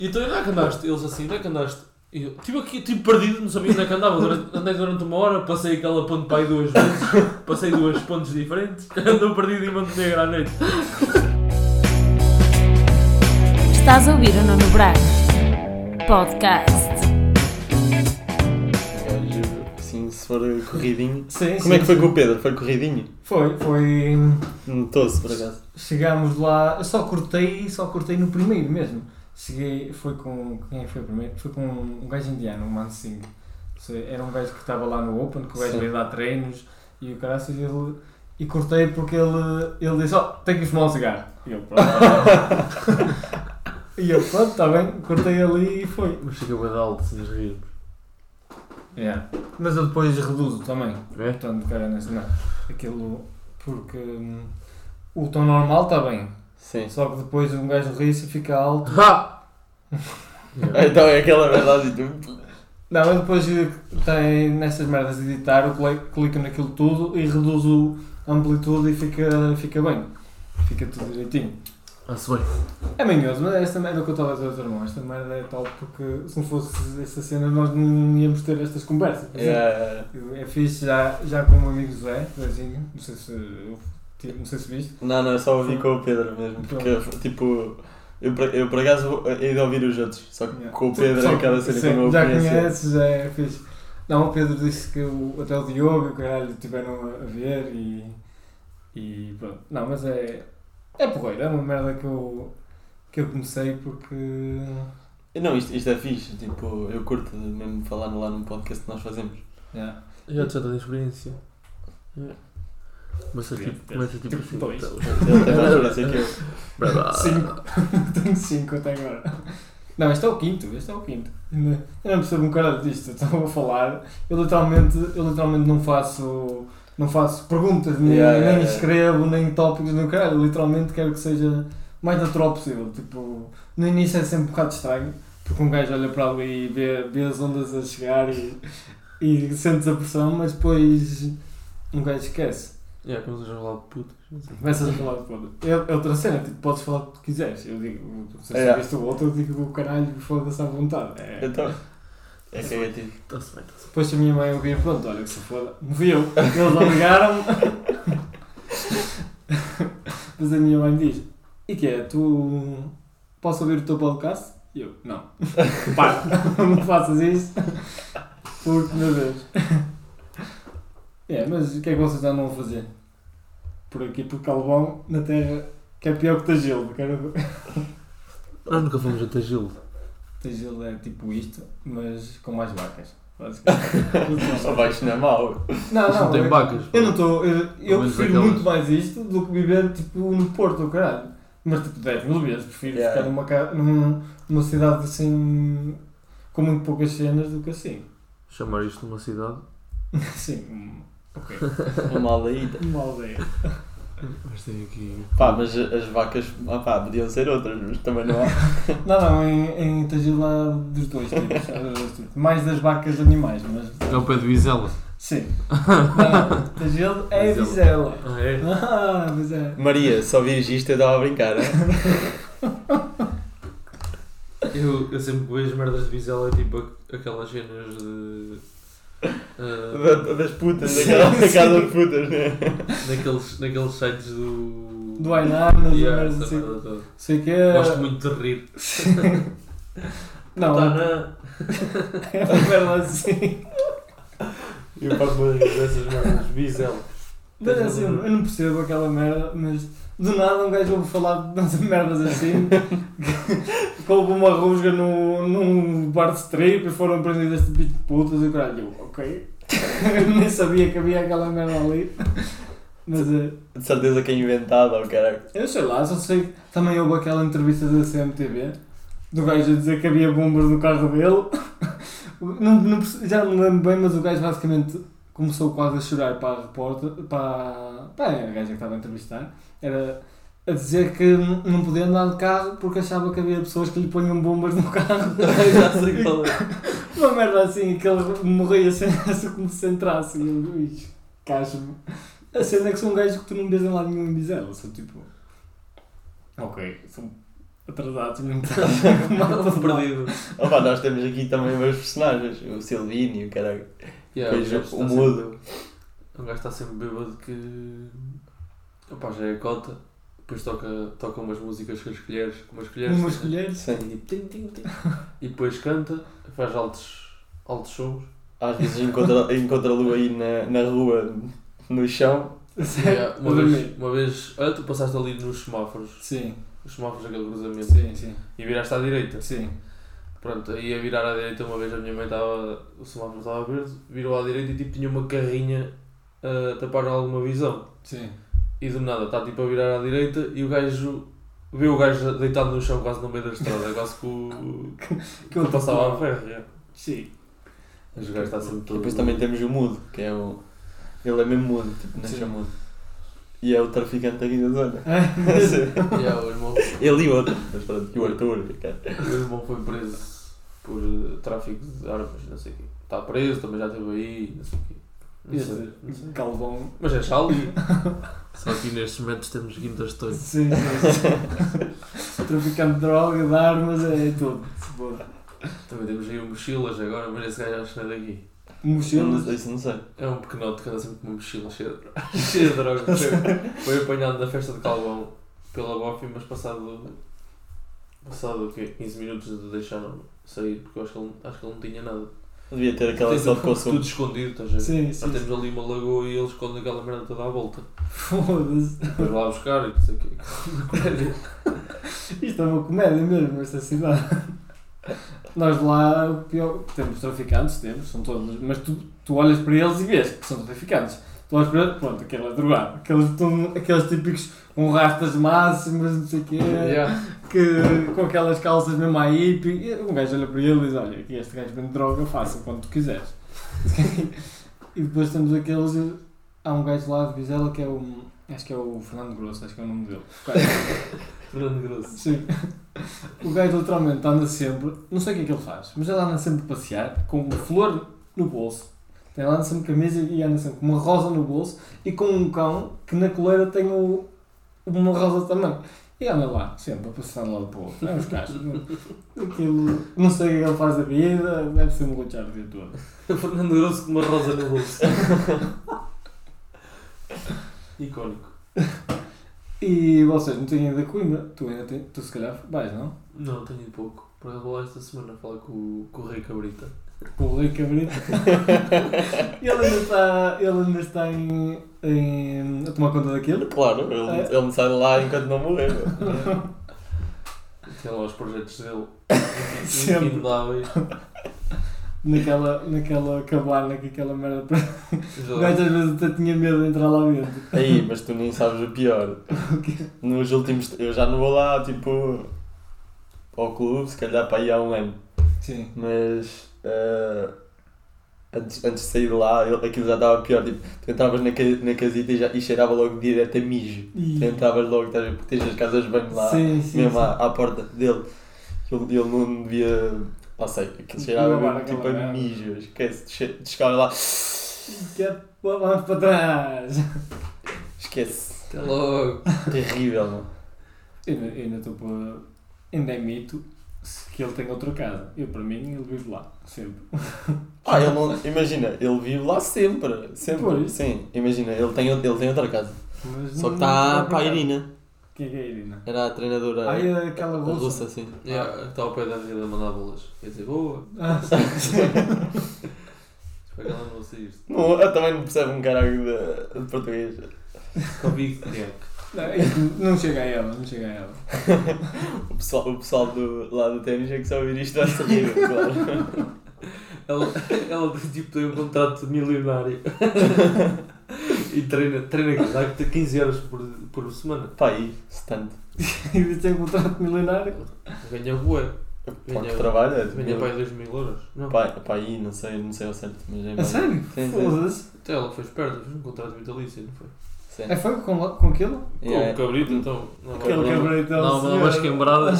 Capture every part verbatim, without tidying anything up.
E então, onde é que andaste? Eles assim, onde é que andaste? E eu, estive aqui, tipo perdido, não sabia onde é que andava. Durante, andei durante uma hora, passei aquela ponte para aí duas vezes, passei duas pontes diferentes, andou perdido em Montenegro à noite. Estás a ouvir o Nuno Braga Podcast. Assim, se for corridinho. Sim, Como sim, é que foi sim. com o Pedro? Foi corridinho? Foi, foi. Notou-se, por acaso. Chegámos lá, eu só cortei, só cortei no primeiro mesmo. Cheguei, foi com. Quem foi o primeiro? Foi com um gajo indiano, um Mansinho. Era um gajo que estava lá no Open, que o gajo Sim. veio dar treinos e o caraças ele. E cortei porque ele, ele disse: Ó, oh, tenho que ir fumar um cigarro. E eu, pronto. E eu, pronto, está bem, cortei ali e foi. Mas fica bem de alto, se nos rirmos. Yeah. Mas eu depois reduzo também. É? Portanto, cara, nesse não. Aquilo. Porque. Hum, o tom normal está bem. Sim. Só que depois um gajo ri e fica alto. Ha! Então é aquela verdade e tu. Não, eu depois tem nessas merdas de editar, eu cli- clico naquilo tudo e reduzo a amplitude e fica, fica bem. Fica tudo direitinho. Ah-se bem. É manhoso, mas esta merda que eu estava a dizer ao teu irmão, esta merda é top porque se não fosse esta cena nós não íamos ter estas conversas. por exemplo. É, É fixe já, já com o meu amigo Zé, Zezinho, não sei se eu, não sei se viste. não, não, eu só ouvi com o Pedro mesmo. Porque, tipo, eu, por- eu por acaso hei de ouvir os outros. Só que Yeah. com o Pedro Só- é aquela cena sim, como eu já conheço. conheces, já é fixe. Não, o Pedro disse que o, até o Diogo e o caralho estiveram a, a ver e, e pronto. Não, mas é, é porreiro, é uma merda que eu, que eu comecei porque... Não, isto, isto é fixe. Tipo, eu curto mesmo falar lá num podcast que nós fazemos. Yeah. Já te já tenho experiência. É. Começa tipo, começa tipo Tipo assim. dois. Ele tem mais experiência que eu. Brava. Cinco. Tenho cinco até agora. Não, este é o quinto, este é o quinto. Ainda- Eu não percebo um caralho disto, eu estou a falar. Eu literalmente, eu literalmente não faço, não faço perguntas, nem, Yeah, yeah, nem yeah. escrevo, nem tópicos, nem caralho. Eu literalmente quero que seja o mais natural possível. Tipo, no início é sempre um bocado estranho, porque um gajo olha para ali e vê, vê as ondas a chegar e, e sentes a pressão, mas depois um gajo esquece. É, começas a falar de putas. Começas a falar de foda. É outra cena, tipo, podes falar o que quiseres. Eu digo, se É. yeah. viste o outro, eu digo o caralho, foda-se à vontade. É. Então. É cagativo. Está-se bem, está-se Depois se a minha mãe ouvir, pronto, olha que se foda. Não fui eu. Eles obrigaram-me. Mas a minha mãe diz, e que é, tu posso ouvir o teu podcast? E eu, não. Para, não faças isso. Porque, meu Deus. É, mas o que é que vocês andam a fazer? Por aqui, por Calvão, na terra, que é pior que Tagilde. Quero... Ah, nunca fomos a Tagilde. Tagilde é tipo isto, mas com mais vacas. basicamente. Só baixo não é mau. Não, Isto não, não tem eu, vacas. eu não estou. Eu, eu menos prefiro aquelas. muito mais isto do que viver tipo no Porto, caralho. Mas tipo dez mil vezes prefiro Yeah. ficar numa, ca- num- numa cidade assim com muito poucas cenas do que assim. Chamar isto de uma cidade. Sim, hum, ok. Uma aldeíta. Uma aldeia. Mas tem aqui. Pá, mas as vacas, ah pá, podiam ser outras, mas também não há. Não, não, em, em Tagil há dos dois tipos, há dos dois tipos. Mais das vacas animais, mas. É o pé de Vizela. Sim. Não, Tagil é Vizela. Vizela. Ah, é? Ah, mas é. Maria, só vires isto eu estava a brincar, hein? Eu, eu sempre que vejo merdas de Vizela é tipo a- aquelas cenas de. ah, Da- Das putas, Sim, daquela sim. casa de putas, né? naqueles, naqueles sites do. Do Ainar, nas Yeah, merdas essa assim. merda toda. Sei que é. Gosto muito de rir. Não, Tá na. é uma merda assim. Eu faço uma dessas merdas de Vizela. Mas é assim, eu não percebo aquela merda, mas do nada um gajo ouve falar de merdas assim, que houve uma rusga no, num bar de strip e foram prendidas este tipo de putas e o caralho, eu, ok. Eu nem sabia que havia aquela merda ali. Mas é, De certeza que é inventado, ou caralho. eu sei lá, só sei que também houve aquela entrevista da C M T V, do gajo a dizer que havia bombas no carro dele. Não, não, perce- já não me lembro bem, mas o gajo basicamente começou quase a chorar para a repórter, para, para a gaja que estava a entrevistar, era a dizer que n- não podia andar de carro porque achava que havia pessoas que lhe ponham bombas no carro. Já sei qual é. Uma merda assim, que ele morria sem como se entrasse. E eu, ui, cacho-me. A cena é que sou um gajo que tu não vês em lado nenhum em Vizela, sou tipo... Ok, sou atrasados, não Estava perdido. Opa, nós temos aqui também vários personagens, o Silvini, o caralho. Yeah, Depois o gajo o está Mudo. sempre- O gajo está sempre bêbado que. Opá, já é cota. Depois toca, toca umas músicas com as colheres. Com umas colheres. Umas colheres. Sim. E, tipo, tim, tim, tim. E depois canta, faz altos, altos shows. Às vezes encontra- encontra-lo aí na, na rua, no chão. Yeah, uma, Eu vez, dormi. uma vez. Olha, tu passaste ali nos semáforos. Sim, Os semáforos daquele cruzamento. sim, sim. E viraste à direita. Sim. Pronto, aí a virar à direita uma vez a minha mãe estava. O semáforo estava verde, virou à direita e tipo tinha uma carrinha a tapar alguma visão. Sim. E do nada está tipo a virar à direita e o gajo vê o gajo deitado no chão quase no meio da estrada, quase que o Que ele passava a ferro. Yeah. Sim. Mas o gajo está sempre E todo. depois também temos o Mudo, que é o... Ele é mesmo mudo, tipo, nasce Sim. mudo. E é o traficante aqui da zona. É, Yeah, o, irmão, Ele e outro, mas pronto, e o Arthur, cara. o irmão foi preso por uh, tráfico de armas, não sei o quê. Está preso, também já esteve aí, não sei o quê. Não sei, não sei. Calvão. Mas é só ali. Só que nestes momentos temos guindas todas. Sim, sim. Traficante de droga, de armas, é tudo. Se for. Também temos aí o Mochilas agora, mas esse gajo acho que não é daqui. Mochilas. Isso não sei. É um pequenote que anda sempre com uma mochila cheia de droga. cheia de droga. Foi, foi apanhado na festa de Calvão pela Bofi, mas passado. Passado o quê? quinze minutos de deixar sair, porque eu acho que ele, acho que ele não tinha nada. Devia ter aquela Tem só de tudo, consumo. tudo escondido, estás a ver? Sim, Nós sim. temos ali uma lagoa e ele esconde aquela merda toda à volta. Foda-se. Depois lá buscar e não sei o quê. Isto é uma comédia mesmo, esta cidade. Nós lá, o pior, temos traficantes, temos, são todos, mas tu, tu olhas para eles e vês que são traficantes. Tu olhas para eles, pronto, aquele é drogado. Aqueles, tão- aqueles típicos com rastas máximas, não sei o quê, Yeah. que, com aquelas calças mesmo à hippie. E um gajo olha para ele e diz, olha, aqui este gajo vende droga, faça quando tu quiseres. E depois temos aqueles, há um gajo lá de Vizela que é o, acho que é o Fernando Grosso, acho que é o nome dele. Fernando Grosso. Sim. O gajo literalmente anda sempre, não sei o que é que ele faz, mas ele anda sempre a passear com uma flor no bolso. Ele anda sempre com camisa e anda sempre com uma rosa no bolso e com um cão que na coleira tem o, uma rosa também. E anda lá, sempre a passear de um lado para o outro. É uns cachos. Aquilo, não sei o que é que ele faz da vida, deve ser um luchar o dia todo. Fernando Grosso com uma rosa no bolso. Icónico. E vocês não têm ido a Coimbra? Tu ainda tens, tu se calhar vais, não? Não, tenho ido pouco. Por exemplo, vou lá esta semana falar com, o- com o Rei Cabrita. Com o Rei Cabrita. ele ainda está, ele ainda está em, em, a tomar conta daquilo. Claro, ele, É. ele não sai de lá enquanto não morrer. meu. Tem lá os projetos dele. Sempre. Infindáveis. Naquela, naquela cabana que aquela merda. Já- O gajo às vezes até tinha medo de entrar lá dentro. Aí, mas tu nem sabes o pior. Nos últimos. Eu já não vou lá, tipo. Ao clube, se calhar para ir há um ano. Sim. Mas. eh, antes, antes de sair de lá, ele- aquilo já estava pior. Tipo, tu entravas na, ca- na casita e, já, e cheirava logo direto a mijo. E... Tu entravas logo, estás a ver, porque tens as casas de banho lá, Sim, sim, mesmo sim. à, à porta dele. Ele, ele não devia. Não sei, aquilo cheirava Lavar mesmo, tipo aquela a merda. mijo. Esquece, de che- de chegar lá. Que é vamos para trás. Esquece. Até logo. Terrível, não? Ainda ainda estou para. Ainda é mito que ele tem outra casa. Eu, para mim, ele vive lá. Sempre. Ah, ele não. Imagina, ele vive lá sempre. Sempre. Pois. Sim, imagina, ele tem, ele tem outra casa. Mas Só não- que está não- para a Irina. Quem é que é a Irina? Era a treinadora. Ah, é aquela a russa. russa, sim. Yeah, está ao pé da vida a mandar bolas. Quer dizer, boa. Ah, sim. Espero que ela não ouça isto. Não, eu também não percebo um caralho de, de português. Comigo, Tiago. Não, isto não chega a ela, não chega a ela. O pessoal, o pessoal do, lá do ténis é que só ouvir isto vai se rir, claro. Ela, ela tipo, tem um contrato milionário. E treina, treina dá que ter quinze horas por, por semana. Pá, aí, se tanto. E tem um contrato milionário. Ganha bué. Para Ganha- que trabalha, é Ganha tipo. para aí dois mil euros. Não. Pá, pá, aí, não sei, não sei ao certo, mas é A mais- sério? Sim, sim. Foda-se. Até ela foi esperta, fez um contrato vitalício, não foi? Sim. É foi com, com aquilo? Yeah. Com o cabrito, então. Não, Aquele não, cabrito é o Não, não, senhor. mas quebradas.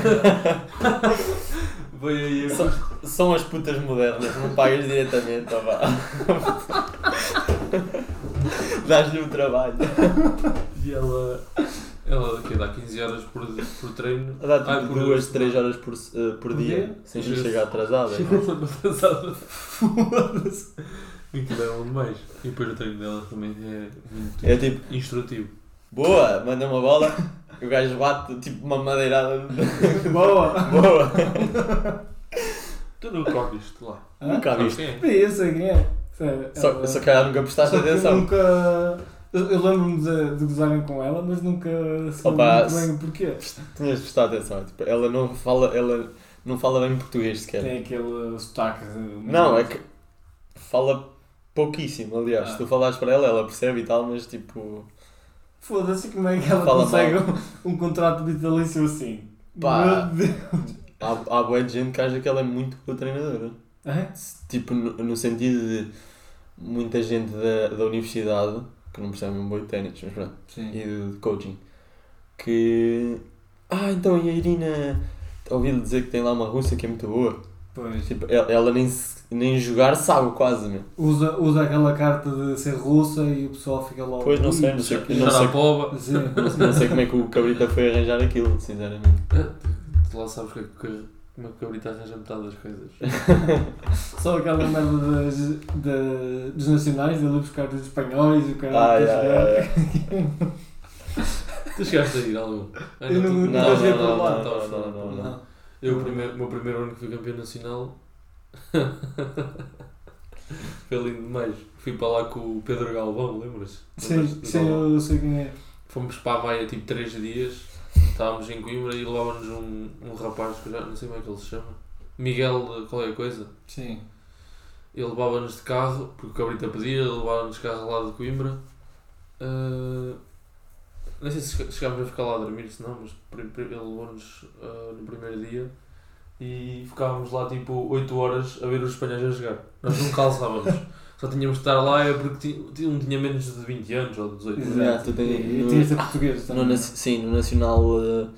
Veio aí a São, são as putas modernas, não pagas diretamente, ó vá. Dás-lhe o trabalho. E ela. Ela daqui dá quinze horas por, por treino. Dá tipo Ai, por duas, dia. três horas por, uh, por dia, dia? sem Por dia. chegar atrasada. Chegou sempre atrasada. Foda-se. E que dá onde mais. E depois o treino dela também é muito É tipo, instrutivo. boa, manda uma bola, e o gajo bate tipo uma madeirada. Boa! Boa! Tu nunca ouviste lá. Hã? Nunca Sabes viste. quem é? Sim, eu sei quem é. Sério, Só, ela- só que calhar nunca prestaste Só que atenção. nunca. Eu, eu lembro-me de, de gozarem com ela, mas nunca soube Opa, muito bem o porquê. Tinhas de prestar atenção. Tipo, ela não fala, ela não fala bem português sequer. Tem aquele sotaque. Não, é que fala pouquíssimo, aliás. Ah. Se tu falares para ela, ela percebe e tal, mas tipo. Foda-se, como é que ela Fala consegue um, um contrato vitalício assim? Pá. Meu Deus. Há, há boa de gente que acha que ela é muito boa treinadora. Hã? Tipo, no, no sentido de muita gente da, da universidade, que não percebe um boi de ténis, mas pronto, Sim. e de coaching, que. Ah, então e a Irina. Ouvi-lhe dizer que tem lá uma russa que é muito boa. Pois. Tipo, ela, ela nem, se- nem jogar sabe quase, meu. Usa, usa aquela carta de ser russa e o pessoal fica logo. Pois, não sei, "Ui, não sei, eu não sei, Xarapova. Sim. não sei como é que o Cabrita foi arranjar aquilo, sinceramente. Tu lá sabes que, que, como é que o Cabrita arranja metade das coisas. Só aquela merda das, da- dos nacionais, ele ir buscar os espanhóis e o Ah, caralho. yeah, para yeah, jogar. yeah. Tu chegaste a ir a algum? Ah, Eu não- tu- não Não, estás a ir não, para não, lá. não, estavas não, fora, não, pô. não. Eu, o primeiro, o meu primeiro ano que fui campeão nacional, foi lindo demais. Fui para lá com o Pedro Galvão, lembras? Sim, Lembras-te do sim, Galvão? eu sei quem é. Fomos para a Baia tipo três dias, estávamos em Coimbra e levava-nos um, um rapaz que eu já não sei como é que ele se chama, Miguel de qualquer coisa. Sim. Ele levava-nos de carro, porque o Cabrita pedia, ele levava-nos de carro lá de Coimbra. Ah, não sei se chegámos a ficar lá a dormir, se não, mas pri- pri- ele levou-nos ah, no primeiro dia e ficávamos lá tipo oito horas a ver os espanhóis a jogar. Nós não calçávamos, só tínhamos de estar lá é porque ti- ti- um tinha menos de vinte anos ou de dezoito anos. Yeah, tu tens- E no- tinha de ser português No, também. naci- sim, no Nacional uh,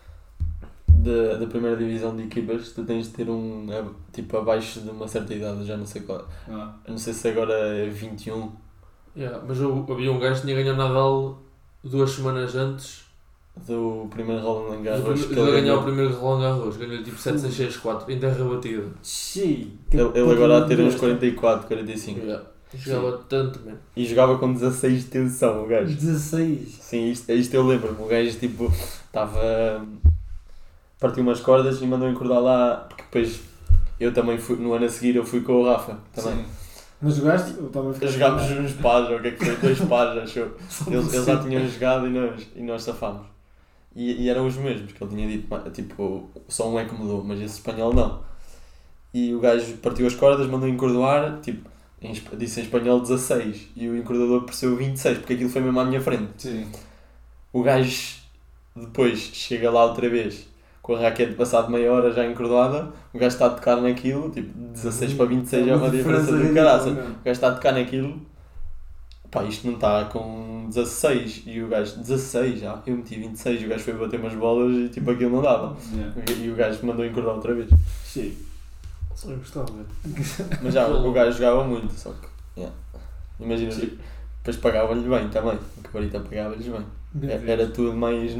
da, da primeira divisão de equipas, tu tens de ter um, é, tipo, abaixo de uma certa idade, já não sei qual. Ah. Eu não sei se agora é vinte e um. Yeah, mas eu, havia um gajo que tinha ganhado Nadal duas semanas antes Do primeiro Roland de Garros que de ele ganhar ganhou. o primeiro Roland Garros. Ganhou tipo sete seis seis quatro em terra batida. Xiii. Ele, ele agora a ter uns quarenta e quatro, quarenta e cinco. Yeah. Jogava tanto, mano. E jogava com dezasseis de tensão, o gajo. dezasseis. Sim, isto, isto eu lembro-me. O gajo tipo estava. Partiu umas cordas e mandou encordar lá. Porque depois eu também fui, no ano a seguir eu fui com o Rafa também. Sim. Mas jogaste? Eu também fiquei- Jogámos uns pares, ou o que é que foi? Dois pares, achou? Eles, eles já tinham jogado e nós, e nós safámos. E, e eram os mesmos, que ele tinha dito, "Ma- tipo, só um é que mudou, mas esse espanhol não." E o gajo partiu as cordas, mandou encordoar, tipo, em, esp- disse em espanhol dezasseis, e o encordador percebeu vinte e seis, porque aquilo foi mesmo à minha frente. Sim. O gajo depois chega lá outra vez, com a raquete passado meia hora já encordoada, o gajo está a tocar naquilo, tipo, dezasseis para vinte e seis é uma diferença do caraça. O gajo está a tocar naquilo, pá, isto não está com dezasseis, e o gajo, dezasseis já, eu meti vinte e seis, e o gajo foi bater umas bolas e tipo aquilo não dava. Yeah. E o gajo mandou encordar outra vez. Xiii. Só eu gostava, velho. Mas já, o gajo jogava muito, só que, yeah. Imagina, Sim. tipo, depois pagava-lhe bem também, o Cabrita pagava-lhes bem. Meu É- Deus. Era tudo mais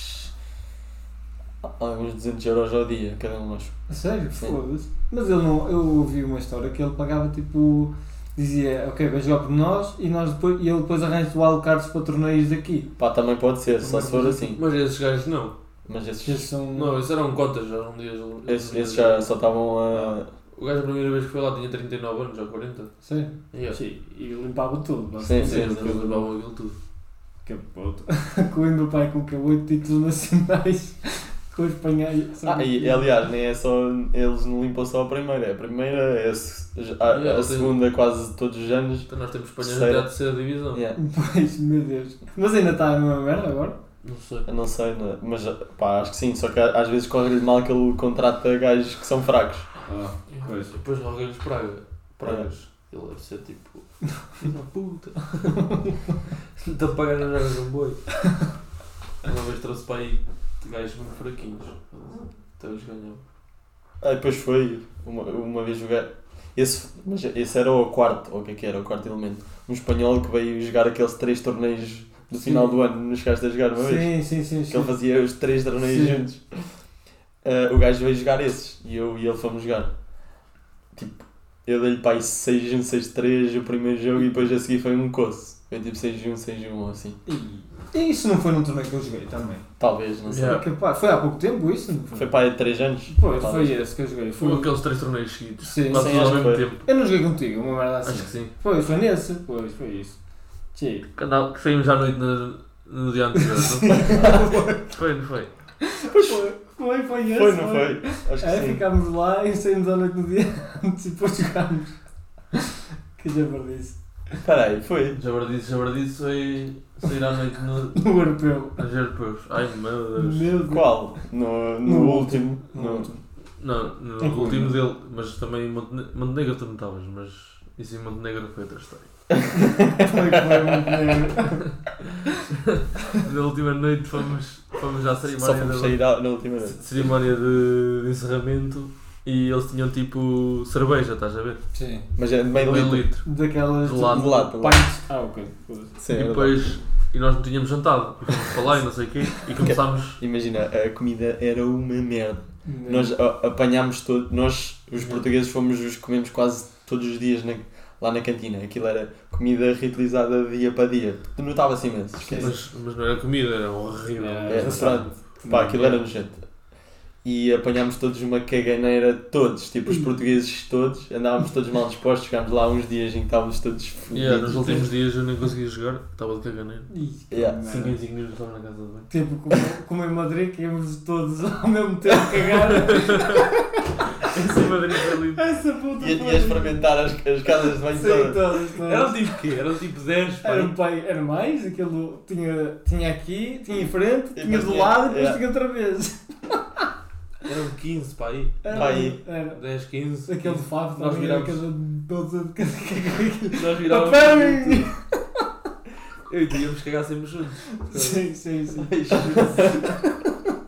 uns duzentos euros ao dia, cada um acho. Sério? Sim. Foda-se. Mas ele não. Eu ouvi uma história que ele pagava tipo. Dizia, ok, vai jogar por nós e, nós depois, e ele depois arranja o wildcards para torneios daqui. Pá, também pode ser, só se for assim. Mas esses gajos não. Mas Esses esses, são. Não, esses eram cotas, já eram dias. esses, esses já só estavam a. O gajo a primeira vez que foi lá tinha trinta e nove anos ou quarenta. Sério? Yeah. Sim. E limpava tudo. Sim, Sim, sim, eles sim. levavam aquilo tudo. Que puto. Com o meu pai com que oito títulos nacionais. Com os espanhóis. Ah, e aliás, nem é só. Eles não limpam só a primeira, é a primeira, é a, se- a, a Yeah, tem- segunda quase todos os anos. Então nós temos espanhóis Terceira. até a terceira divisão. Yeah. Pois, meu Deus. Mas ainda está a mesma merda agora? Não sei. Eu não sei, não é? Mas pá, acho que sim, só que às vezes corre-lhe mal que ele contrata gajos que são fracos. Ah, E depois roga-lhes praga. Pragas. Ele deve ser tipo. Filho da puta. Estou a pagar nas águas de um boi. Uma vez trouxe para aí gajos muito fraquinhos. Até eles ganham. Ah, depois foi, uma, uma vez jogar. Esse, mas esse era o quarto, ou o que é que era? O quarto elemento. Um espanhol que veio jogar aqueles três torneios do final do ano, nos chegaste a jogar uma vez? Sim, sim, sim. Que sim. ele fazia os três torneios Sim. juntos. Uh, o gajo veio jogar esses e eu e ele fomos jogar. Tipo, eu dei-lhe para aí seis um, seis três o primeiro jogo e depois a seguir foi um coço. Foi tipo seis um, seis um ou assim. E, e isso não foi num torneio que eu joguei também? Talvez, não sei. Yeah. Porque, pá, foi há pouco tempo isso? Não foi? Foi para aí três anos. Pois, talvez. foi esse que eu joguei. Foi Foi... aqueles três torneios seguidos. Sim, Quase sim, tudo ao acho mesmo que foi. tempo. Eu não joguei contigo, uma merda assim. Acho que sim. Foi, foi nesse. Pois, foi isso. Tchê. Que andava- que saímos à noite no, no dia anterior, não foi? Foi, não foi? Foi, foi, foi esse. Foi, não foi? Acho que É, sim. ficámos lá e saímos à noite no dia antes e depois jogámos. Que já perdi-se. Espera aí, foi. Jabardice, Jabardice foi sair à noite no, No europeu. nos europeus. Ai meu Deus. Meu Deus. Qual? No, no, No último. No No... último. Não, no Em último Coimbra. dele, mas também em Monte- Montenegro tu não estavas, mas isso em Montenegro foi outra história. Foi, foi muito negro. Na última noite fomos, fomos à Só cerimónia, fomos de, sair à- na última noite. cerimónia de, de encerramento e eles tinham tipo cerveja, estás a ver? Sim. Mas é de meio Meio litro. litro. Daquelas. De lado. De lado. Pints. Ah, ok. Foda-se. Sim, E é verdade. depois, e nós não tínhamos jantado, e fomos para lá e não sei o quê, e começámos... Imagina, a comida era uma merda. Nós a- apanhámos todo, nós, os portugueses, fomos os que comemos quase todos os dias na- lá na cantina. Aquilo era comida reutilizada dia para dia. Tu notava-se imenso, esquece. Mas, mas não era comida, era horrível. É, É, pronto. Pá, aquilo era nojento. E apanhámos todos uma caganeira, todos, tipo os portugueses todos, andávamos todos mal dispostos, chegámos lá uns dias em que estávamos todos fodidos. Yeah, nos últimos dias eu nem conseguia jogar, estava de caganeiro. Ih, Yeah. que cinco merda. em cinco minutos estava na casa de banho. Tipo, como, como em Madrid, que íamos todos ao mesmo tempo cagar. Esse Madrid foi lindo. Essa puta E, foi- e a experimentar as, as casas de banho Sim, todas. todas, todas. Eram tipo quê? Eram tipo dez, pá. Era, um pai, era mais, aquilo tinha, tinha aqui, tinha em frente, E tinha depois do tinha- lado e depois yeah. tinha outra vez. Eram quinze, pá, aí. Era, Pá, aí. era. dez, quinze. Aquele de Favo Nós também era virámos. cada doze de cada. Nós virávamos. Papai! Eu e tu íamos cagar sempre juntos. Sim, sim, sim. Ai, Jesus.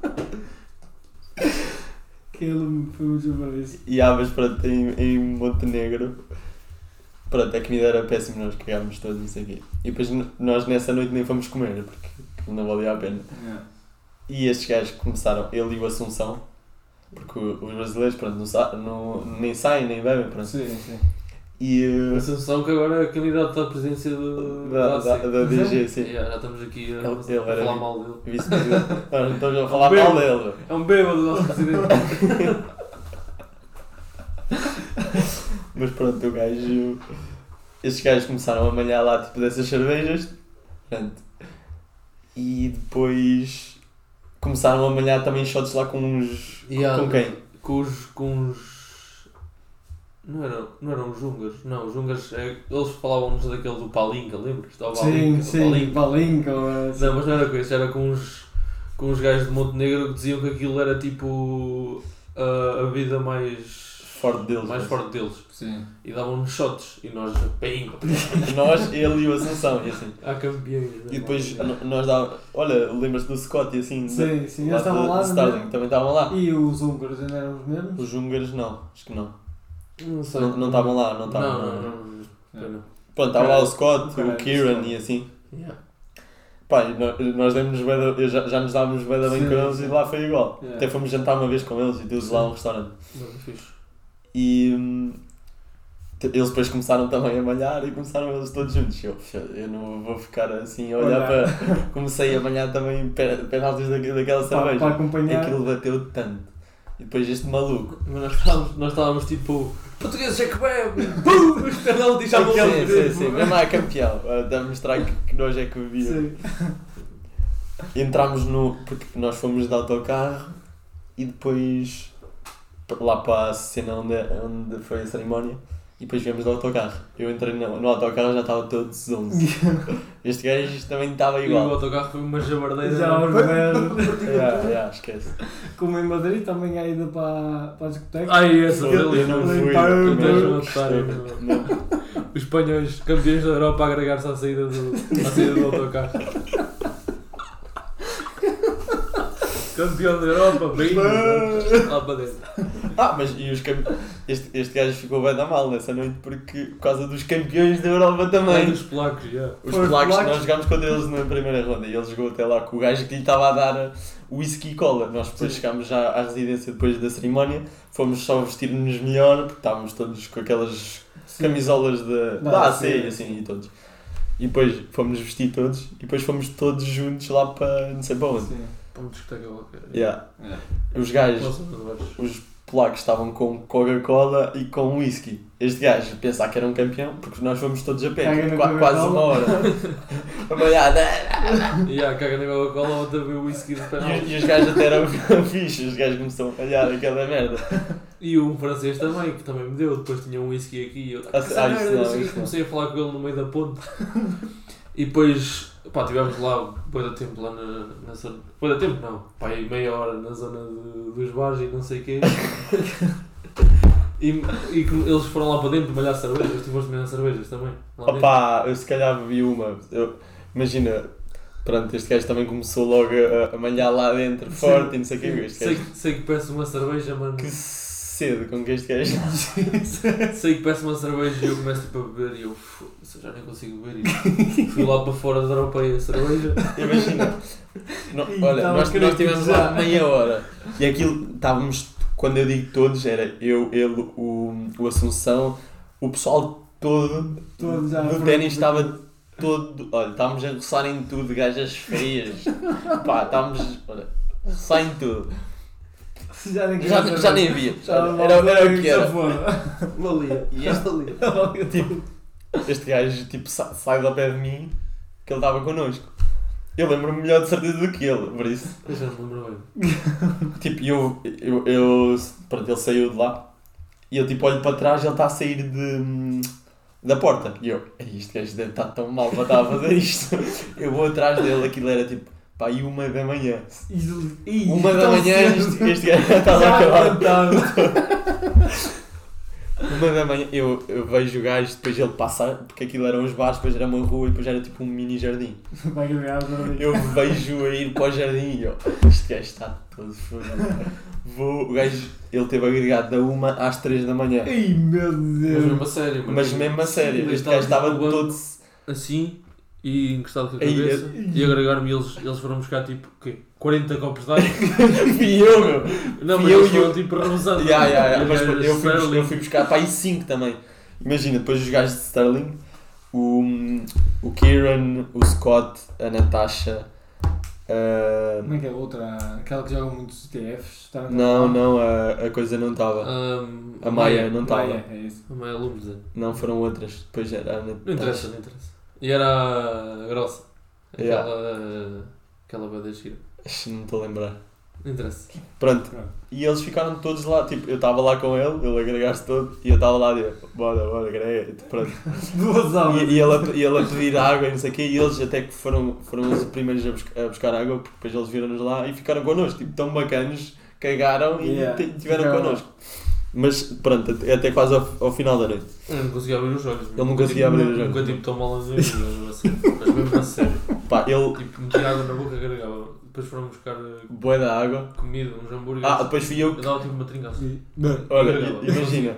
Aquele foi muito bom. E ah, mas pronto, em, em Montenegro, pronto, a comida era péssima, nós cagámos todos, não sei o quê. E depois n- nós nessa noite nem fomos comer, porque aquilo não valia a pena. E estes gajos começaram, ele e o Assunção, porque o- os brasileiros, pronto, não, sa- não, nem saem, nem bebem, pronto. Sim, sim. E A uh, sensação que agora é candidato à presidência do, da, da, ACE. da D G, sim. Yeah, já estamos aqui a, Ele- a ele era falar vi- mal dele. Vice-presidente. Nós não estamos a falar Bebo. mal dele. É um bêbado do nosso presidente. Mas pronto, o gajo. Estes gajos começaram a malhar lá tipo dessas cervejas. Pronto. E depois começaram a malhar também shots lá com uns. Yeah, Com quem? Com os. Com os... Não eram, não eram os húngaros, não, os húngaros, é, eles falavam-nos daquele do Palinka, lembras-te? O Sim, Palinka, o sim. Palinka. Palinka. Não, mas não era com isso, era com os, com os gajos de Montenegro que diziam que aquilo era tipo a, a vida mais Forte deles. mais mas- forte deles. Sim. E davam-nos shots e nós, pim, Nós, ele e o Assunção, e assim. há campeões. E depois n- nós dávamos. Olha, lembras-te do Scott e assim? Sim, sim. lá Eles estavam de- lá. de Starling, também estavam lá. E os húngaros ainda eram os mesmos? Os húngaros não, acho que não. Não sei. Não não estavam lá, não Não, estavam. não, não. não. não, não. Pronto, estava lá o Scott, Caralho, o Kieran Scott. e assim. Yeah. Pá, e nós, nós demos-nos bué da- eu já, já nos dávamos bem, bem Sim, com eles sim. e lá foi igual. Yeah. Até fomos jantar uma vez com eles e tudo Sim. lá a um restaurante. Não, fixe. E hum, te- eles depois começaram também a malhar e começaram eles todos juntos. Eu, eu não vou ficar assim a olhar Olhar. para. Comecei a malhar também pe- penaltis da, daquela Para, cerveja. para E acompanhar. aquilo bateu tanto. E depois este maluco. Mas nós estávamos, nós estávamos tipo, portugueses é que bebe, pum, os penaltis já vão sim, sim, ver. sim, mesmo a campeão. A a mostrar que, que nós é que bebíamos. Sim. Entramos no. Porque nós fomos de autocarro e depois lá para a cena onde, onde foi a cerimónia e depois viemos do autocarro. Eu entrei no, no autocarro e já estava todos onze. Este gajo também estava E o igual. autocarro foi uma jabardeira. Já aos velhos. Yeah, yeah, esquece. Como em Madrid também há ida para, para a discoteca. Ai, essa Eu, dele. eu não fui. Limpar eu o não- meu- não- otário. não. Os espanhóis campeões da Europa a agregar-se à saída do, à saída do autocarro. Campeão da Europa, bem lá para dentro. Ah, mas e os campe... este, este gajo ficou bem da mal nessa noite porque, por causa dos campeões da Europa também. Dos polacos, já. Yeah. Os polacos, nós jogámos contra eles na primeira ronda e ele jogou até lá com o gajo que lhe estava a dar whisky e cola. Nós depois Sim. chegámos já à residência depois da cerimónia, fomos só vestir-nos melhor porque estávamos todos com aquelas Sim. camisolas de, da A C e assim e todos. E depois fomos vestir todos e depois fomos todos juntos lá para não sei para onde. Sim. Para uma discoteca qualquer. Yeah. Yeah. Os gajos, os polacos estavam com Coca-Cola e com whisky. Este gajo pensar que era um campeão, porque nós fomos todos a pé, tipo, qu- quase uma hora. Amanhada. E a caga na Coca-Cola ou também o whisky de penal. E, e os gajos até eram fixos, os gajos começaram a falhar aquela merda. E um francês também, que também me deu, depois tinha um whisky aqui e eu ah, ah, merda, não, não, comecei a falar com ele no meio da ponte. E depois, pá, tivemos lá bué de tempo lá na, na zona. Bué de tempo não, pá, aí meia hora na zona de, dos bares e não sei o quê. E, e eles foram lá para dentro malhar cervejas, tu foste malhar cervejas também? Opá, eu se calhar bebi uma. Eu, imagina, pronto, este gajo também começou logo a, a malhar lá dentro, forte e não sei o quê. Sei, sei que peço uma cerveja, mano. Que cedo com que este gajo. Sei que peço uma cerveja e eu começo tipo, a beber e eu, eu já nem consigo beber isto. Fui lá para fora da Europeia a cerveja. Imagina, no, olha, nós, nós estivemos lá meia hora e aquilo, estávamos, quando eu digo todos, era eu, ele, o, o Assunção, o pessoal todo, todo do ténis estava todo, olha, estávamos a roçar em tudo, gajas feias, pá, estávamos, olha, a roçar em tudo. Já nem, já, já nem via, era, era, era o que era. Valia. E este, tipo, este gajo tipo, sai, sai do pé de mim, que ele estava connosco. Eu lembro-me melhor de certeza do que ele, por isso. Eu já me lembro bem. Tipo, eu, eu, eu, pronto, ele saiu de lá e eu tipo olho para trás e ele está a sair de, da porta. E eu, este gajo deve estar tão mal para estar a fazer isto. Eu vou atrás dele, aquilo era tipo, pá, e uma da manhã. Ih, uma da manhã este, este gajo já estava acabado. Uma da manhã, eu, eu vejo o gajo, depois ele passa, porque aquilo eram os bares, depois era uma rua e depois era tipo um mini jardim. Eu vejo a ir para o jardim e eu, este gajo está todo foda. Vou, o gajo, ele teve agregado da uma às três da manhã. Ai meu Deus. Mas mesmo a sério, mano. Mas mesmo a sério, este gajo estava todo assim e encostado com a cabeça ai, e agregar-me eles, eles foram buscar tipo, o quê? quarenta copos de água. Fui eu, meu. Não, mas eles foram tipo revezando. Yeah, yeah, yeah. Mas eu, fui, eu fui buscar para aí cinco também. Imagina, depois os gajos de Sterling, o, o Kieran, o Scott, a Natasha. Uh... Como é que é a outra? Aquela que joga muitos T Fs? Tá não, não, a, a coisa não estava. Um, a Maia não estava. É isso. A Maia Lumzen. Não, foram outras. Depois era a Natasha. Não interessa, não interessa. E era a grossa. Aquela. Yeah. Aquela bada gira. Não estou a lembrar. Não interessa. Pronto. E eles ficaram todos lá. Tipo, eu estava lá com ele, ele agregaste todo. E eu estava lá e eu, bora, bora, agrega. Pronto. e, e, ele a, e ele a pedir água e não sei o quê. E eles até que foram, foram os primeiros a buscar, a buscar água. Porque depois eles viram-nos lá e ficaram connosco. Tipo, tão bacanos. Cagaram e yeah. tiveram Ficaram. connosco. Mas pronto, até quase ao, ao final da noite. Eu não conseguia abrir os olhos. Ele não conseguia abrir os olhos. Nunca tive tão mal a ver, mas mesmo a sério. Pá, ele... Tipo, metia água na boca e agregava. Depois foram buscar bué da água. Comida, uns hambúrgueres. Ah, depois fui eu. Eu dava tipo uma trincaça. Olha, imagina.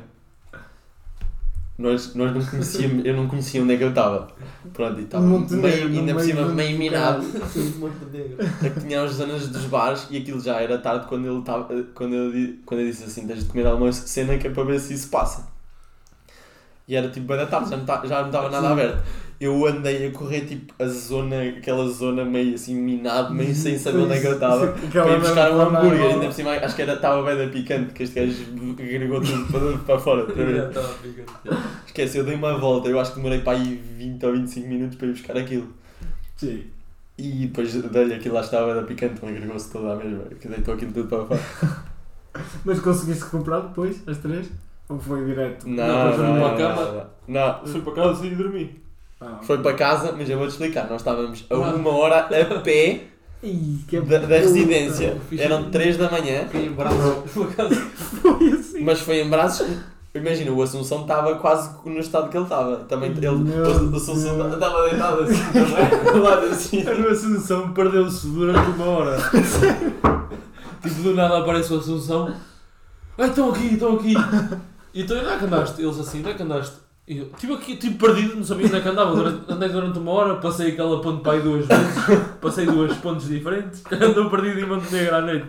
Nós, nós não conhecíamos, eu não conhecia onde é que eu estava. Pronto, e estava meio, ainda por cima meio minado. Eu tinha as zonas dos bares e aquilo já era tarde quando ele estava, quando eu, quando eu disse assim, tens de comer alguma cena que é para ver se isso passa. E era tipo bem da tarde, já não, já não estava nada aberto. Eu andei a correr tipo a zona, aquela zona meio assim minado, meio sem saber onde é que eu estava. Para ir buscar um hambúrguer, ainda por cima acho que era, estava bem da picante, que este gajo agregou tudo para, para fora. Estava picante. Esquece, eu dei uma volta, eu acho que demorei para aí vinte ou vinte e cinco minutos para ir buscar aquilo. Sim. E depois dei aquilo lá estava da picante, me agregou-se toda a mesma, que deitou aquilo tudo para fora. Mas conseguiste comprar depois, as três? Ou foi direto? Não, não, não, não, não, cama, não, não. Fui para casa e dormi. Ah, foi para casa, mas eu vou-te explicar, nós estávamos a uma hora a pé Ih, da, da residência, eram três da manhã. Fui em braços para casa. Foi assim. Mas foi em braços, imagina, o Assunção estava quase no estado que ele estava. Também ele, o Assunção estava deitado assim também, do lado assim. A Assunção perdeu-se durante uma hora. Tipo, do nada aparece o Assunção. Ai, estão aqui, estão aqui. E então, onde é que andaste? Eles assim, onde é que andaste? E eu, estive aqui, estive perdido, não sabia onde é que andava. Durante, andei durante uma hora, passei aquela ponte para aí duas vezes, passei duas pontes diferentes, andou perdido em Montenegro à noite.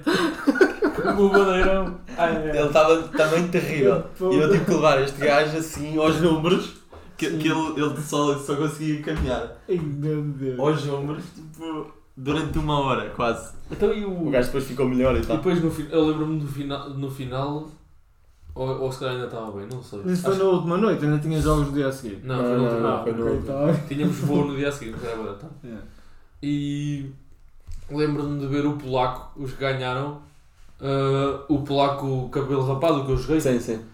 O badeirão. Ele estava também terrível. E eu tive que levar este gajo assim aos números, que, que ele, ele só, só conseguia caminhar. Ai, meu Deus. Aos números, tipo, durante uma hora quase. Então, e o... O gajo depois ficou melhor e E tal. depois, no fi... eu lembro-me do final, no final, ou, ou se calhar ainda estava bem, não sei. Isso foi Acho- na última noite, ainda tinha jogos no dia a seguir. Não, foi no Não, último. não, Ah, foi no ok, outro. tá bem. Tínhamos voo no dia a seguir, que era boa, tá? Yeah. E lembro-me de ver o polaco, os que ganharam, ah, o polaco cabelo rapado que eu joguei, Sim, sim.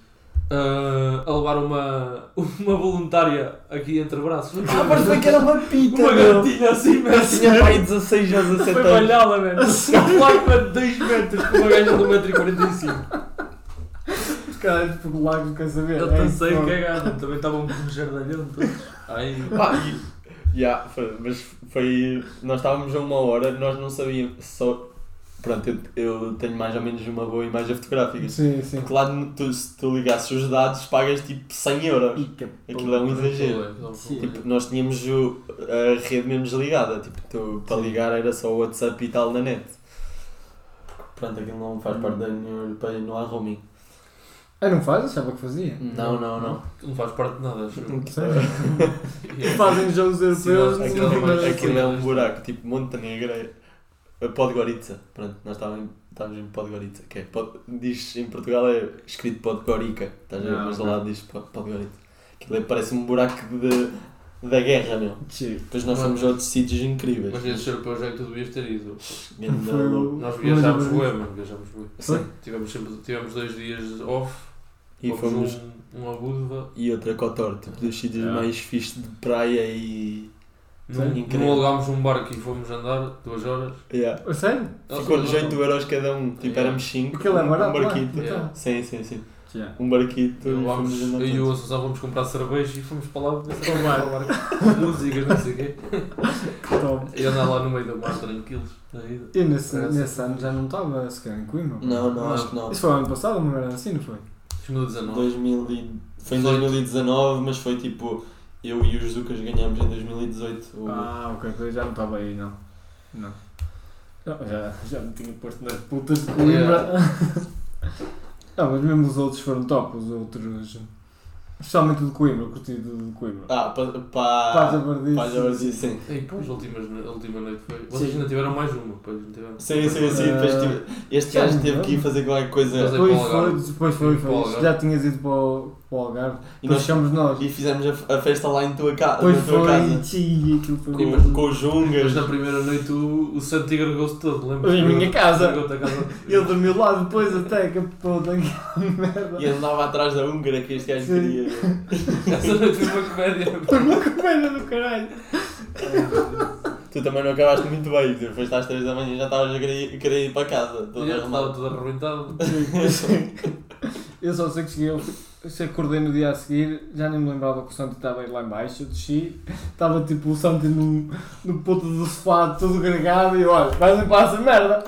ah, a levar uma, uma voluntária aqui entre braços. Ah, mas foi que era uma pita, Uma meu. gatinha assim, mas Tinha pai dezasseis ou dezassete foi anos. balhada, velho. O polaco de dois metros com uma gaja de um metro e quarenta e cinco. Os caras por lá não quer saber. Eu É pensei isso, cagado, também estavam com um jardalhão todos. Ai, Pá, e, yeah, foi, mas foi. Nós estávamos a uma hora, nós não sabíamos. Só, pronto, eu, eu tenho mais ou menos uma boa imagem fotográfica. Sim, sim. Porque lá, no- tu, se tu ligasses os dados, pagas tipo cem euros. Ih, que Aquilo é um exagero. Tipo, nós tínhamos o, a rede mesmo desligada. Tipo, tu, para ligar era só o WhatsApp e tal na net. Pronto, aquilo não faz parte da União Europeia, não há roaming. Ah, não faz? Achava que fazia. Não, não, não. Não faz parte de nada, acho. Sim. Fazem jogos europeus. Sim, Aquilo, não, mas- aquilo é um buraco, tipo Montenegro, é Podgorica. Pronto, nós estávamos em, estávamos em Podgorica, que é, Pod, diz em Portugal é escrito Podgorica, estás a ver, Ah, mas do ok. lado diz Pod- Podgorica. Aquilo é, parece um buraco de, da guerra, meu. Sim. Depois nós Mas- fomos a outros sítios incríveis. Mas esses europeus é que tu devias ter ido. Ganda Foi o- louco. Nós Mas viajámos eu- bué, mano, viajámos bué. Sim. Tivemos, sempre, tivemos dois dias off, E fomos, fomos. um, uma Budva. E outra Cotor, tipo dos sítios Ah. mais fixes de praia e. Não, incrível. não alugámos um barco e fomos andar duas horas. Yeah. A sério? Ficou-nos oito euros cada um, tipo Yeah. éramos cinco. Aquilo é barato, Um barquito. lá, Yeah. Sim, sim, sim. Já. Um barquito Eu, e vamos, fomos andar eu e o todos. Assunção fomos comprar cerveja e fomos para lá ver Com o barco. músicas, não sei o quê. Top. E andar lá no meio do mar tranquilos. Da vida. Eu nesse, Parece- nesse ano já não estava sequer em Coimbra. Não, não, acho que não. Isso foi o ano passado, uma merda assim, não foi? dois mil e dezanove. dois mil e... Foi em dois mil e dezanove, mas foi tipo. Eu e os Zucas ganhámos em dois mil e dezoito. O... Ah, ok, eu já não estava aí, não. Não. Não, já, já me tinha posto nas putas de Coimbra. Não, mas mesmo os outros foram top, os outros. Especialmente o de Coimbra, eu curti do de Coimbra. Ah, para. Paz a Pa... Verdice. Paz a Verdice, sim. E depois a última, a última noite foi. Vocês Sim. ainda tiveram mais uma, depois não tiveram? Sim, sim, sim. Depois tive... Este Já gajo não teve lembro. que ir fazer qualquer coisa. Fazer- Depois para o foi, Algarve. depois foi, Para o foi. Algarve. Já tinhas ido para o, para o Algarve. E Depois nós fomos nós. e fizemos a, a festa lá em tua, ca... Depois na tua foi. casa. Tchii, aquilo foi. Com, mas- com os Jungas. Mas na primeira noite o, o Santo agregou-se todo, lembras? Em minha casa. Agregou-te a casa. Ele dormiu lá depois até que a puta daquela merda. E andava atrás da húngara que este gajo Sim. queria. Essa noite foi uma comédia. Foi uma comédia do caralho. Tu também não acabaste muito bem, tu foste às três da manhã e já estavas a querer, querer ir para casa. Todo Já estava arrumado. tudo arrebentado. Eu só sei que cheguei, eu se acordei no dia a seguir, já nem me lembrava que o Santi estava aí lá em baixo, eu desci, estava tipo o Santi no, no puto do sofá, todo gregado e eu, olha, vais limpar essa merda.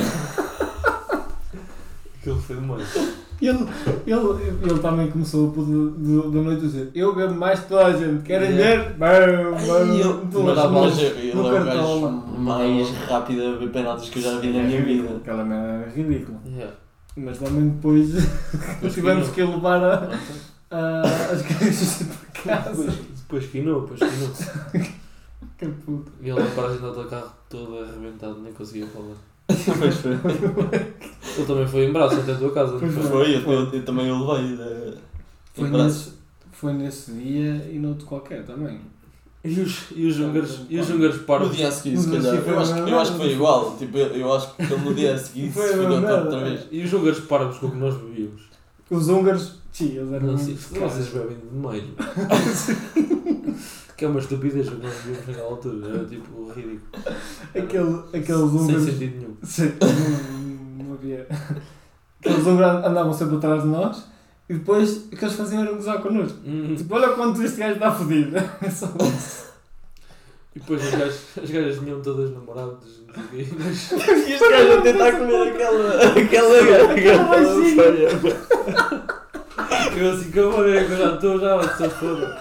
Aquilo foi demais. E ele, ele, ele também começou o puto do- da noite a dizer, eu bebo mais que toda a gente, querem ver? Bam, E ele, bam, mas todas dá as- ele é no o gajo cartola. mais rápido a ver penaltis que eu já vi na minha vida. Aquela merda era ridícula. Yeah. Mas também depois tivemos que levar a, Depois, a, as crianças para casa. depois quinou, depois quinou. Que puto. E ele a paragem do autocarro todo arrebentado, nem conseguia falar. Pois foi. Ele também foi em braço até a tua casa. Pois não Foi, eu, eu, eu também o levei. De, Foi em braços. nesse, foi nesse dia e noutro qualquer também. E os, e os húngaros, e os húngaros No parvos. dia a seguir, se No dia calhar. a seguir Eu acho, foi que- a eu acho que foi mesma. igual. Tipo, eu, eu acho que ele no dia a seguir Foi se a fodeu mesma todo outra merda. vez. E os húngaros parvos com que nós bebíamos. Os húngaros, sim, eles eram Não, muito sim, focados. vocês bebem demais. Que é uma estupidez o que nós bebíamos naquela altura. Era tipo ridículo. Aquele, aqueles Sem húngaros. sentido nenhum. Sim, não, não havia. Aqueles húngaros andavam sempre atrás de nós e depois o que eles faziam era gozar connosco. Hum. Tipo, olha quanto este gajo está fodido. É só isso. E depois as gajas, as gajas vinham todas namoradas, não sei o quê, mas... E este gajo a tentar comer aquela... aquela... aquela... Eu assim, calma, é que eu já estou, já, se foda.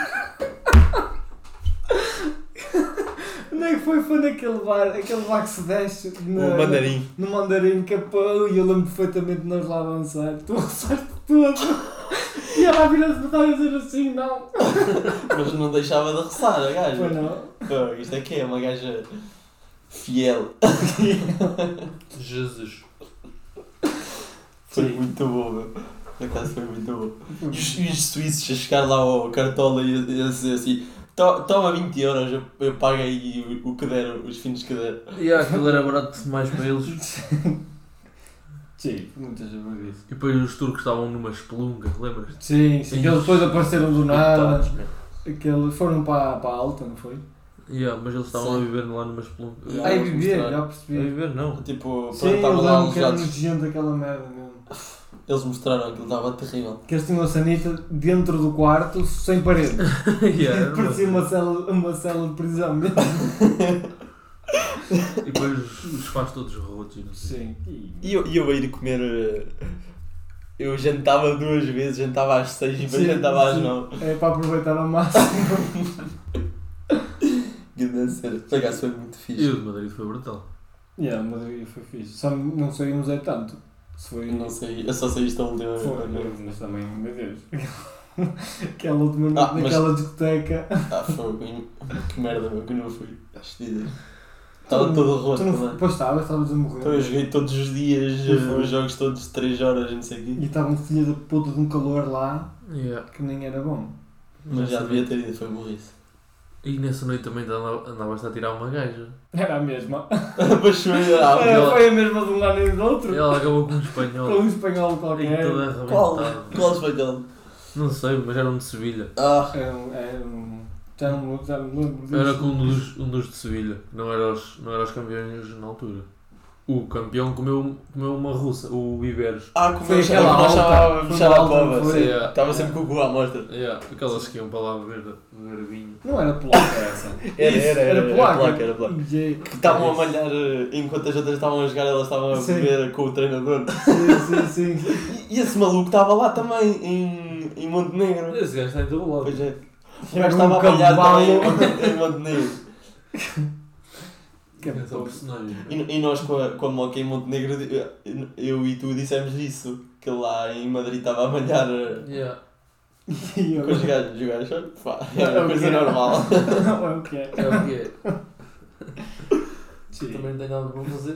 Onde é que foi? Foi naquele bar, aquele bar que se desce na, O mandarim. no mandarim capão e eu lembro perfeitamente de nós lá avançar. Tu avançaste todo. E ela vira-se para a dizer assim, não. Mas não deixava de roçar a gaja. Foi não. Pô, isto aqui é uma gaja fiel. Jesus. Foi Sim. muito bom, meu. Por acaso foi muito bom. E os, e os suíços a chegar lá ao cartola e a, a dizer assim: "To- toma vinte euros, eu, eu pago aí o, o que der, os fins que der." E ah, aquilo era barato demais para eles. Sim, muitas vezes isso. E depois os turcos estavam numa espelunca, lembras-te? Sim, sim. Aqueles depois apareceram do nada. Coitados, meu. Aquele, foram para, para a alta, não foi? Yeah, mas eles estavam Sim. a viver lá numa espelunca. Yeah. Ai, vamos viver, mostrar. já A percebi. viver não. Tipo, Sim, pronto, eu estavam lá lembro uns que era gatos. nojento aquela merda mesmo. Eles mostraram aquilo, estava terrível. Que eles tinham a sanita dentro do quarto, sem parede. Yeah, era Parecia uma- uma cela, uma cela de prisão mesmo. E depois os, os faz todos rotos e não sei. Sim. E eu, e eu a ir comer. eh, Eu jantava duas vezes, jantava às seis e depois Sim, jantava às sim. nove. É para aproveitar ao máximo. Grande cena. Por acaso foi muito E fixe. o de Madrid foi brutal. Yeah, mas foi fixe. Só não saímos aí tanto. Se foi. Não sei, eu só sei isto a última vez. Foi, mas também, meu Deus. Aquela última Ah, noite mas- naquela discoteca. Ah, foi. Que merda, meu, que eu não fui. Acho que estava todo roto Tu não- também. Pois estava, estavas a morrer. Então eu joguei todos os dias, Foi, eh, foi. os jogos todos de três horas e não sei o quê. E estava um filho da puta de um calor lá Yeah. que nem era bom. Mas já devia ter ido, foi burrice. E nessa noite também andava- andava-se a tirar uma gaja. Era a mesma. Mas foi ah, Era, ela- foi a mesma de um lado e do outro. E ela acabou com um Com espanhol. um espanhol E qualquer. toda Qual? arrebentada. Qual espanhol? Não sei, mas era um de Sevilha. Ah, Era um. Era um já, não, já não lembro disso. Era com um dos, um dos de Sevilha, que não era os, não era os campeões na altura. O campeão comeu, comeu uma russa, o Iberos. ah como Foi eu aquela chamava, nós alta, chamávamos foi fechar uma a alta, pova. não foi? sim. Yeah. Estava sempre com o cu à mostra. Yeah, aquelas que iam para lá beber, beber vinho. Não era polaca essa. Era, Isso, era, era, era polaca. polaca, era polaca. J- Que estavam a malhar, eh, enquanto as outras estavam a jogar, elas estavam a Sim. beber com o treinador. Sim, sim, sim. E, e esse maluco estava lá também, em, em Montenegro. Esse gajo está em todo lado. Pois é. O Era gajo um estava a malhar cavalo. também em Montenegro. Que Esse é o personagem. E, e nós com a, com a Moca em Montenegro, eu, eu e tu dissemos isso. Que lá em Madrid estava a malhar eh, Yeah. E eu- com os gajos. Os gajos, pá, é uma É o coisa que é. normal. É o que é. É o que é. Sim. Também não tenho nada para fazer.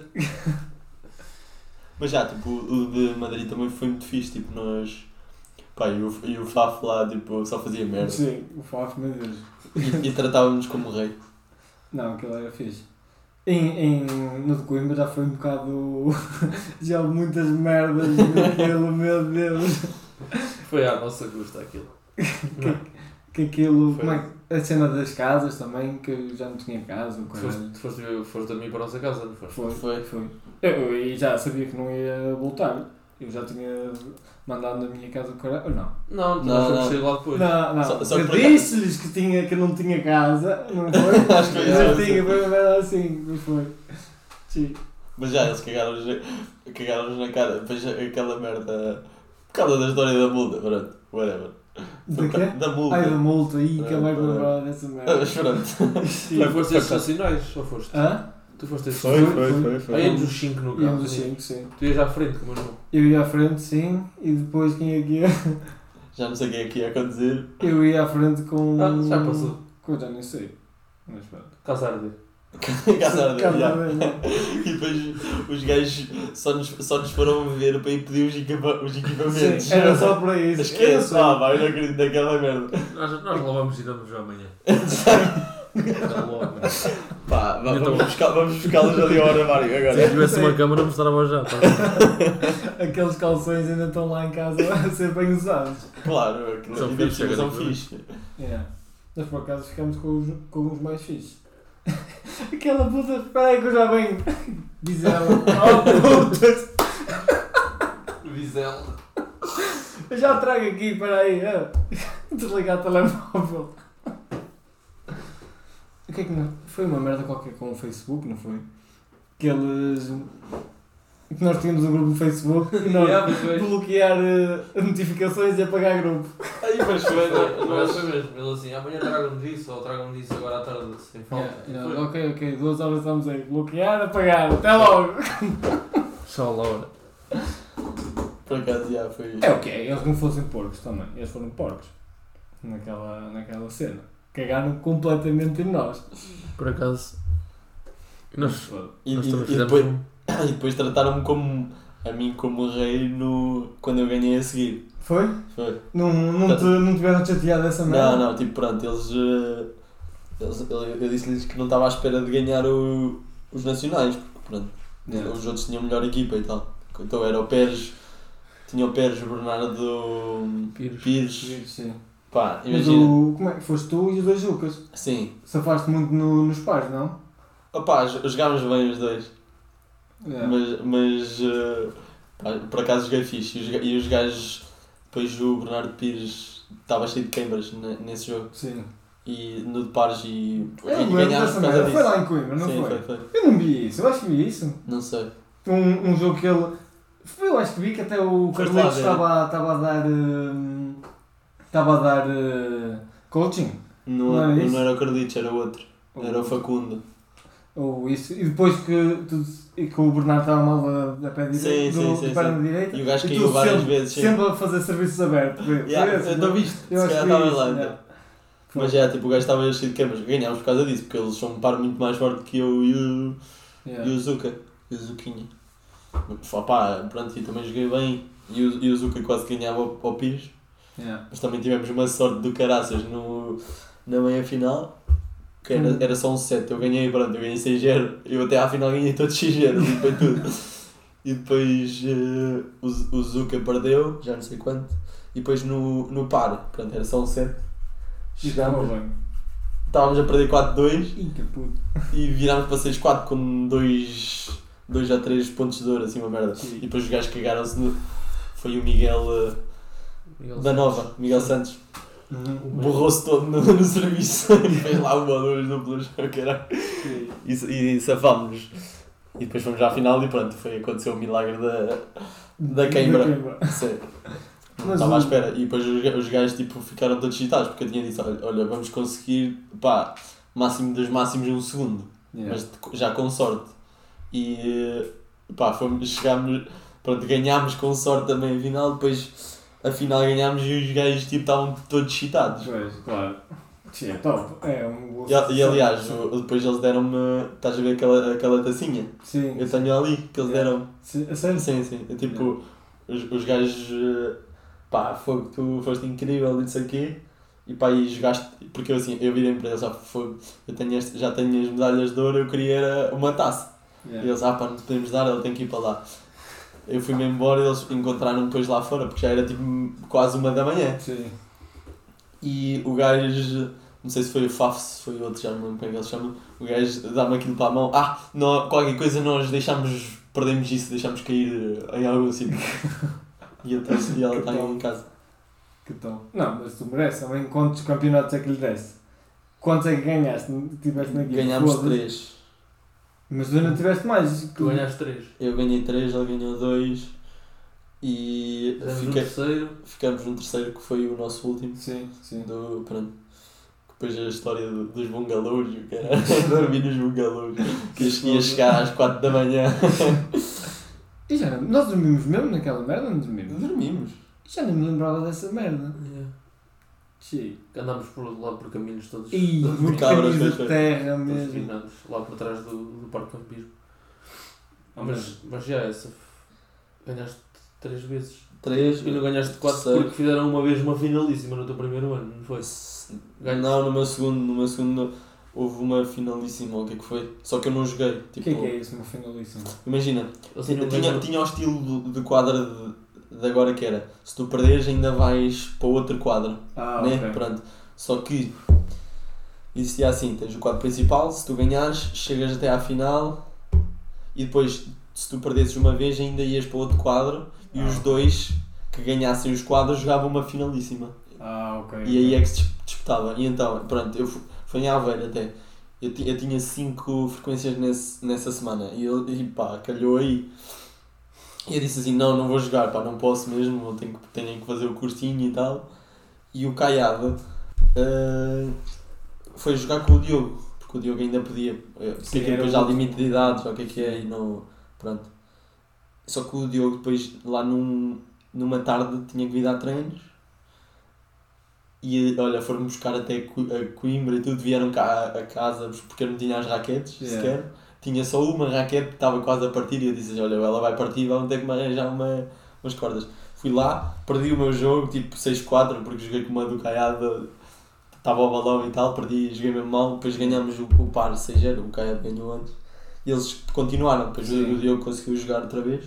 Mas já, tipo, o de Madrid também foi muito fixe. Tipo, nós. Pá, e o, e o Fafo lá, tipo, só fazia merda. Sim, o Fafo, meu Deus. E, e tratávamos como rei. Não, aquilo era fixe. Em, em, no de Coimbra já foi um bocado. Já houve muitas merdas naquilo, meu Deus. Foi à nossa custa aquilo. Que aquilo. Foi. Como é que- a cena das casas também, que eu já não tinha casa, o Tu caralho. foste, tu foste, foste a mim para a nossa casa, não foste? Foi, Foi. foi. Eu, e já sabia que não ia voltar. Eu já tinha mandado na minha casa o caralho. Ou não? Não, tu Não, não, fomos não. sair lá depois. Não, não. Só- só eu que por acaso- disse-lhes que, tinha, que eu não tinha casa, não foi? Acho que foi Eu isso. tinha, foi uma merda assim, não foi? Sim. Mas já, eles cagaram-nos cagaram na cara. Depois aquela merda. Por causa da história da multa, pronto. Whatever. Da quê? Da multa. Ai, da multa, aí que Ah, é mais ah. lembrar dessa merda. Mas pronto. Sim. Tu foste esses nacionais, ou foste? Hã? Tu foste esses Foi, foi, foi. Aí íamos os cinco no carro. Íamos os sim. cinco, sim. Tu ias à frente com o meu irmão. Eu ia à frente, sim, e depois quem é que ia? Já não sei quem é que ia conduzir. Eu ia à frente com. Ah, já passou. Com, já nem sei. Mas pronto. Casarde. Casar Casa já. dele, não. E depois os gajos só nos, só nos foram ver para impedir os, equipa, os equipamentos. Sim, era só para isso. Eu Esquece, não sei. ah, pá, eu não acredito naquela merda. Nós, nós lavamos e damos amanhã. Já logo. Pá, vá, Então- vamos buscar- vamos buscá-los ali ao armário Se agora. tivesse uma câmara, mostrava já. Tá? Aqueles calções ainda estão lá em casa a ser bem usados. Claro, aquilo São ali deve fixe, ser são agora. fixe. Yeah. Mas por acaso ficamos com os, com os mais fixes. Aquela puta, espera aí que eu já venho. Bizela. Oh putas. Visel. Eu já trago aqui, espera aí. ah. Desligar o telemóvel. O que é que não... Foi uma merda qualquer com o Facebook, não foi? Que eles... Que nós tínhamos um grupo no Facebook e nós Yeah, mas foi. bloquear uh, notificações e apagar grupo. Aí, mas foi, Não, nós... foi mesmo. Ele assim, amanhã tragam-me disso ou tragam-me disso agora à tarde, sem falta. Yeah, yeah, ok, ok, duas horas estamos aí. Bloquear, apagar. Até logo. Só a hora. Por acaso, já foi... É o que é, eles não fossem porcos também. Eles foram porcos. Naquela, naquela cena. Cagaram completamente em nós. Por acaso. Nós, E, nós e, também e fizemos depois, um- e depois trataram-me como... A mim como rei no... quando eu ganhei a seguir. Foi? Foi. Não, não, te, não tiveram chateado dessa merda? Não, não, tipo, pronto, eles... eh, eles eu, eu disse-lhes que não estava à espera de ganhar o, os nacionais, porque pronto, Yeah. os outros tinham melhor equipa e tal. Então era o Pérez, tinha o Pérez, o Bernardo Pires. Pires, Sim. pá, Mas imagina. o, como é que foste tu e os dois Lucas? Sim, Safaste muito no, nos pares, não? opá, j- jogámos bem os dois, Yeah. mas, mas eh, pá, por acaso joguei fixe, e os, ga- e os gajos, depois o Bernardo Pires estava cheio de queimbras ne- nesse jogo, Sim. e no de pares e, Eu e lembro ganhámos dessa por causa merda. disso. Foi lá em Coimbra, não Sim, foi? foi, foi, Eu não vi isso, eu acho que vi isso. não sei. Um, um jogo que ele. Foi, eu acho que vi que até o Foste Carlitos lá ver. estava, estava a dar. hum, Estava a dar. uh, coaching. Não, Não era não, isso? era o Carlitos, era outro. Era o Facundo. Ou isso. E depois que, tu, e que o Bernardo estava mal da, da pé Sim, direita, sim, do, sim, de perna sim. direita. E o gajo e caiu tu várias sempre, vezes. Sim. Sempre a fazer serviços abertos. Foi, Yeah, foi esse, eu não? não viste, Eu se acho calhar que vi estava isso, lá. yeah. Mas é, tipo, o gajo estava cheio de câmaras. Ganhámos por causa disso, porque eles são um par muito mais forte que eu e o, Yeah. e o Zuka. E o Zuquinha. Pá, pronto, e também joguei bem. E o, e o Zuka quase ganhava ao, ao Pires. Yeah. Mas também tivemos uma sorte do caraças no, na meia final. Que era, Hum. era só um set. Eu ganhei, pronto, eu ganhei seis zero. Eu até à final ganhei todos seis zero. E foi tudo. E depois eh, o, o Zuka perdeu, já não sei quanto. E depois no, no par, pronto, era só um set. E estava Chegámos, bem. estávamos a perder quatro dois Ih, que puto. e virámos para seis quatro com dois a três pontos de ouro, assim uma merda. Sim. E depois os gajos cagaram-se no... Foi o Miguel eh, Miguel da Nova, Miguel Santos. Uhum. Borrou-se todo no, no serviço e fez lá uma ou duas duplas, caralho. E, e safámos-nos. E depois fomos à final e pronto, foi, aconteceu o milagre da, da queimbra. Sim. Não Mas estava à o- espera. E depois os, ga- os gajos tipo, ficaram todos excitados porque eu tinha dito, olha, olha vamos conseguir, pá, máximo dos máximos um segundo. Yeah. Mas de- já com sorte. E pá, fomos, chegámos, pronto, ganhámos com sorte também a final, depois a final ganhámos e os gajos tipo, estavam todos excitados. Pois, claro. Sim, é top. É um boa E, e sensação. aliás, o- depois eles deram-me, estás a ver aquela, aquela tacinha? Sim. Eu tenho ali, que eles Yeah. deram. Sim, a sério? Sim, sim. Eu, tipo, os, os gajos, eh, pá, fogo, tu foste incrível e não sei o quê. E pá, e jogaste, porque eu assim, eu virei para eles, ah, fogo, eu tenho este, já tenho as medalhas de ouro, eu queria era uma taça. Yeah. E eles, ah pá, não te podemos dar, ele tem que ir para lá. Eu fui-me embora e eles encontraram-me depois lá fora, porque já era tipo quase uma da manhã. Sim. E o gajo, não sei se foi o Faf, se foi outro, já não lembro como é que ele se chama, o gajo dá-me aquilo para a mão, ah, não, qualquer coisa nós deixámos, perdemos isso, deixámos cair em algum sítio. E, eu trouxe, e ela está aí em casa. Que tal? Não, mas tu mereces. Também quantos campeonatos é que lhe deste? Quantos é que ganhaste? Tiveste na equipa? Ganhámos Foda-se. três. Mas tu ainda tiveste mais. Tu ganhaste três. Eu ganhei três, ele ganhou dois. E Fizemos no fica, terceiro. ficamos no terceiro, que foi o nosso último. Sim, sim. Do, pronto. Depois a história do- dos bungalôs, o cara, dormir nos bungalôs, que ia chegar às quatro da manhã. E já não, nós dormimos mesmo naquela merda, não dormimos? Dormimos. E já nem me lembrava dessa merda. Yeah. Sim. Andámos por lá por caminhos todos. Ih, todos por cabras, caminhos pois de foi. terra todos mesmo. finados, lá por trás do, do parque campismo. Ah, Mas, mas já essa. Ganhaste três vezes. Três. E não ganhaste quatro Sei. porque fizeram uma vez uma finalíssima no teu primeiro ano, não foi? Não, no meu segundo, no meu segundo houve uma finalíssima, ou o que é que foi? Só que eu não joguei. O Tipo, que é que é isso, uma finalíssima? imagina, Eles tinha, tinham tinha, ganho- tinha o estilo de, de quadra de, de agora que era, se tu perderes ainda vais para outro quadro, Ah, né? ok. Pronto. Só que existia assim, tens o quadro principal, se tu ganhares, chegas até à final e depois, se tu perdesses uma vez, ainda ias para outro quadro e Ah, os ok. dois que ganhassem os quadros jogavam uma finalíssima. Ah, ok. E aí é que se dis- disputava. E então, pronto, eu fu- fui em Aveiro até. eu, ti- eu tinha cinco frequências nesse, nessa semana e, eu, e pá, calhou aí. E eu disse assim, não, não vou jogar, pá, não posso mesmo, vou- tenho, que- tenho que fazer o cursinho e tal. E o Caiado uh, foi jogar com o Diogo, porque o Diogo ainda podia, uh, sei que era depois já há o- limite de idade, ou o que é que é, e não, pronto. Só que o Diogo depois, lá num, numa tarde, tinha que vir dar treinos. E olha, foram buscar até Co- a Coimbra e tudo, vieram cá a casa porque eu não tinha as raquetes Yeah. sequer. Tinha só uma raquete que estava quase a partir e eu disse, olha, ela vai partir, vão ter que me arranjar uma, umas cordas. Fui lá, perdi o meu jogo, tipo seis quatro, porque joguei com uma do Caiado, estava ao balão e tal, perdi, joguei mesmo mal, depois ganhámos o, o par seis zero, o Caiado ganhou antes. E eles continuaram, depois Sim. o Diogo conseguiu jogar outra vez.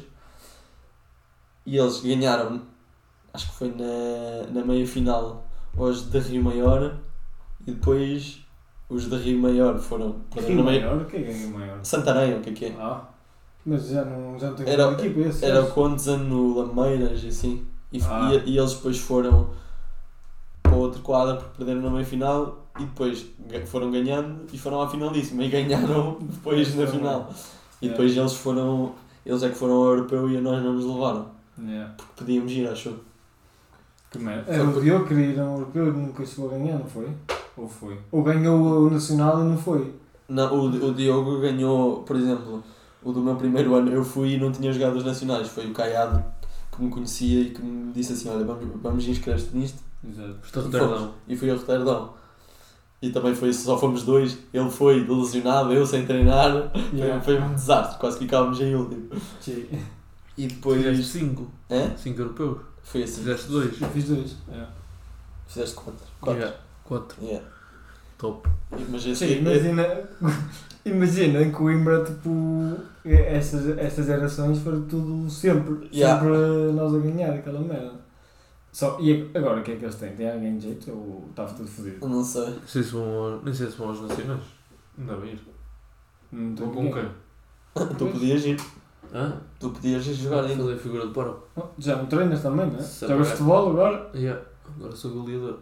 E eles ganharam, acho que foi na, na meia final, os de Rio Maior, e depois os de Rio Maior foram perder Rio na meia... Maior? Quem é Rio Maior? Santarém, o que é que é? Ah, mas já não, já não tenho Era- equipa esse. Era o gajo. Conza no Lameiras e assim. E, f- Ah. e, e eles depois foram para outro quadro porque perderam na meia final e depois ga- foram ganhando e foram à finalíssima e ganharam depois na final. E Yeah. depois eles foram, eles é que foram ao europeu e a nós não nos levaram. Yeah. Porque podíamos ir, acho. Que merda. Era o Diogo que queria ir ao europeu e nunca chegou a ganhar, não foi? Ou foi? Ou ganhou o Nacional e não foi? Não, o, o Diogo ganhou, por exemplo, o do meu primeiro ano, eu fui e não tinha jogado os nacionais. Foi o Caiado que me conhecia e que me disse assim, olha, vamos, vamos inscrever-te nisto. Exato. Estou E retardão. fomos. E fui a Roterdão. E também foi, só fomos dois. Ele foi lesionado, eu sem treinar. Yeah. Foi, foi um desastre, quase ficávamos em último. Sim. E Fizeste depois. cinco. É? cinco europeus. Foi assim. Fizeste dois. Eu fiz dois. Yeah. Fizeste quatro. quatro. Yeah. quatro. Yeah. Top. E- Mas esse Sim, imagina, imagina em Coimbra, tipo, essas, essas gerações foram tudo sempre, Yeah. sempre nós a ganhar aquela merda. Só, e agora o que é que eles têm? Tem alguém de jeito ou estava tudo fodido? Eu não sei. Nem sei se vão, ao- nem sei se vão aos nacionais. Não ir. Não tem Vou com ninguém. quem? Tu podias ir. Hã? Tu podias ir jogar ainda. Fazer a figura de paro. Oh, já não treinas também, não é? Sim. Jogas futebol agora? Yeah. Agora sou goleador.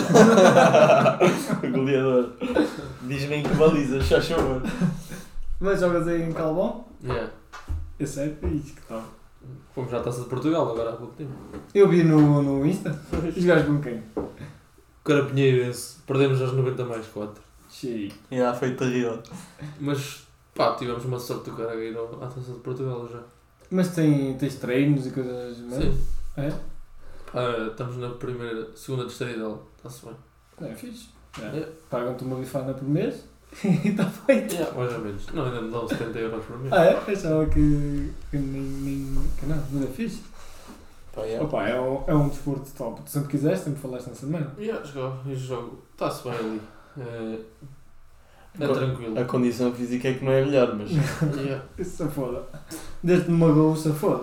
Goleador. Diz-me em que balizas, já favor. Mas jogas aí em Calvão? Yeah. Eu sei, Ixi, que tal. Fomos já à Taça de Portugal agora há pouco tempo. Eu vi no, no Insta, jogaste com quem? Carapinheirense. Perdemos aos noventa mais quatro. Xiii. Já, foi terrível. Mas pá, tivemos uma sorte do cara a ir ao- à Taça de Portugal já. Mas tem, tens treinos e coisas mesmo? Sim. É? Pá, estamos na primeira, segunda, terceira idade. Está-se bem. É fixe. É. É. Pagam-te uma bifana por mês e está feito. Yeah, mais ou menos. Não, ainda me dão setenta euros por mês. Ah é? Achava que, que nem, nem que não, não é fixe. Pá, yeah. Opa, é um, é um desporto top. Tu sempre quiseste, sempre falaste nessa merda. Yeah, jogo, e jogo. Está-se bem ali. É, é Co- tranquilo. A condição física é que não é melhor, mas. Yeah. Isso se foda. Desde-me uma gol, se foda.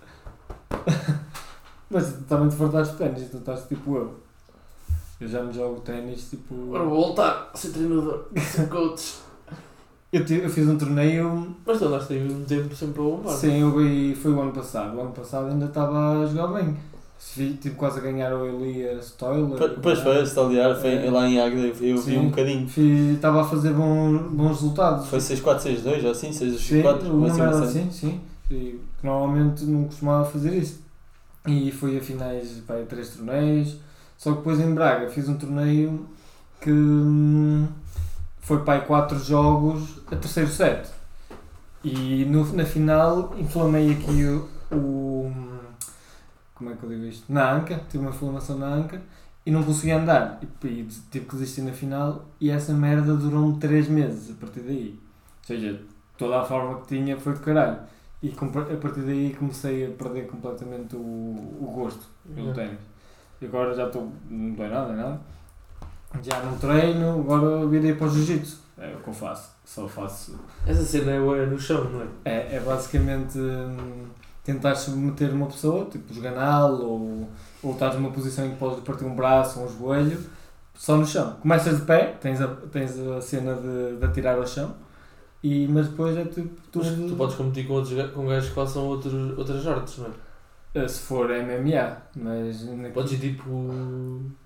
Mas tu também te fartaste de ténis, tu estás tipo eu. Eu já me jogo ténis tipo. Agora vou voltar a ser treinador, a ser coach. Eu, ti- eu fiz um torneio. Mas tu andaste aí um tempo sempre a bombar. Sim, eu ganhei, foi o ano passado. O ano passado ainda estava a jogar bem. Tive tipo, quase a ganhar o Elias Stoiler. Pois- Pois foi, esse aliar foi É. lá em Águeda, eu vi Sim. um bocadinho. Fiz- Estava a fazer bons, bons resultados. Foi seis quatro seis dois ou assim, seis Sim, quatro uma assim, merda assim. assim, sim. E normalmente não costumava fazer isso. E fui a finais para aí, três torneios. Só que depois em Braga fiz um torneio que hum, foi para aí quatro jogos a terceiro set. E no, na final inflamei aqui o, o. Como é que eu digo isto? Na anca, tive uma inflamação na anca e não conseguia andar. E, e tive que desistir na final e essa merda durou-me três meses a partir daí. Ou seja, toda a forma que tinha foi de caralho. E com- a partir daí comecei a perder completamente o, o gosto pelo Yeah. ténis. E agora já estou, não dói nada, nem nada. Já não treino, agora virei para o jiu-jitsu. É o que eu faço. Só faço. Essa cena é bué no chão, não é? É, é basicamente hum, tentar submeter uma pessoa, tipo esganal ou, ou estás numa posição em que podes partir um braço ou um joelho, só no chão. Começas de pé, tens a, tens a cena de, de atirar ao chão, e, mas depois é tipo tudo. Mas tu podes competir com, outros, ga- com gajos que façam outros, outras artes, não é? Se for M M A, mas. naquilo- Podes ir tipo.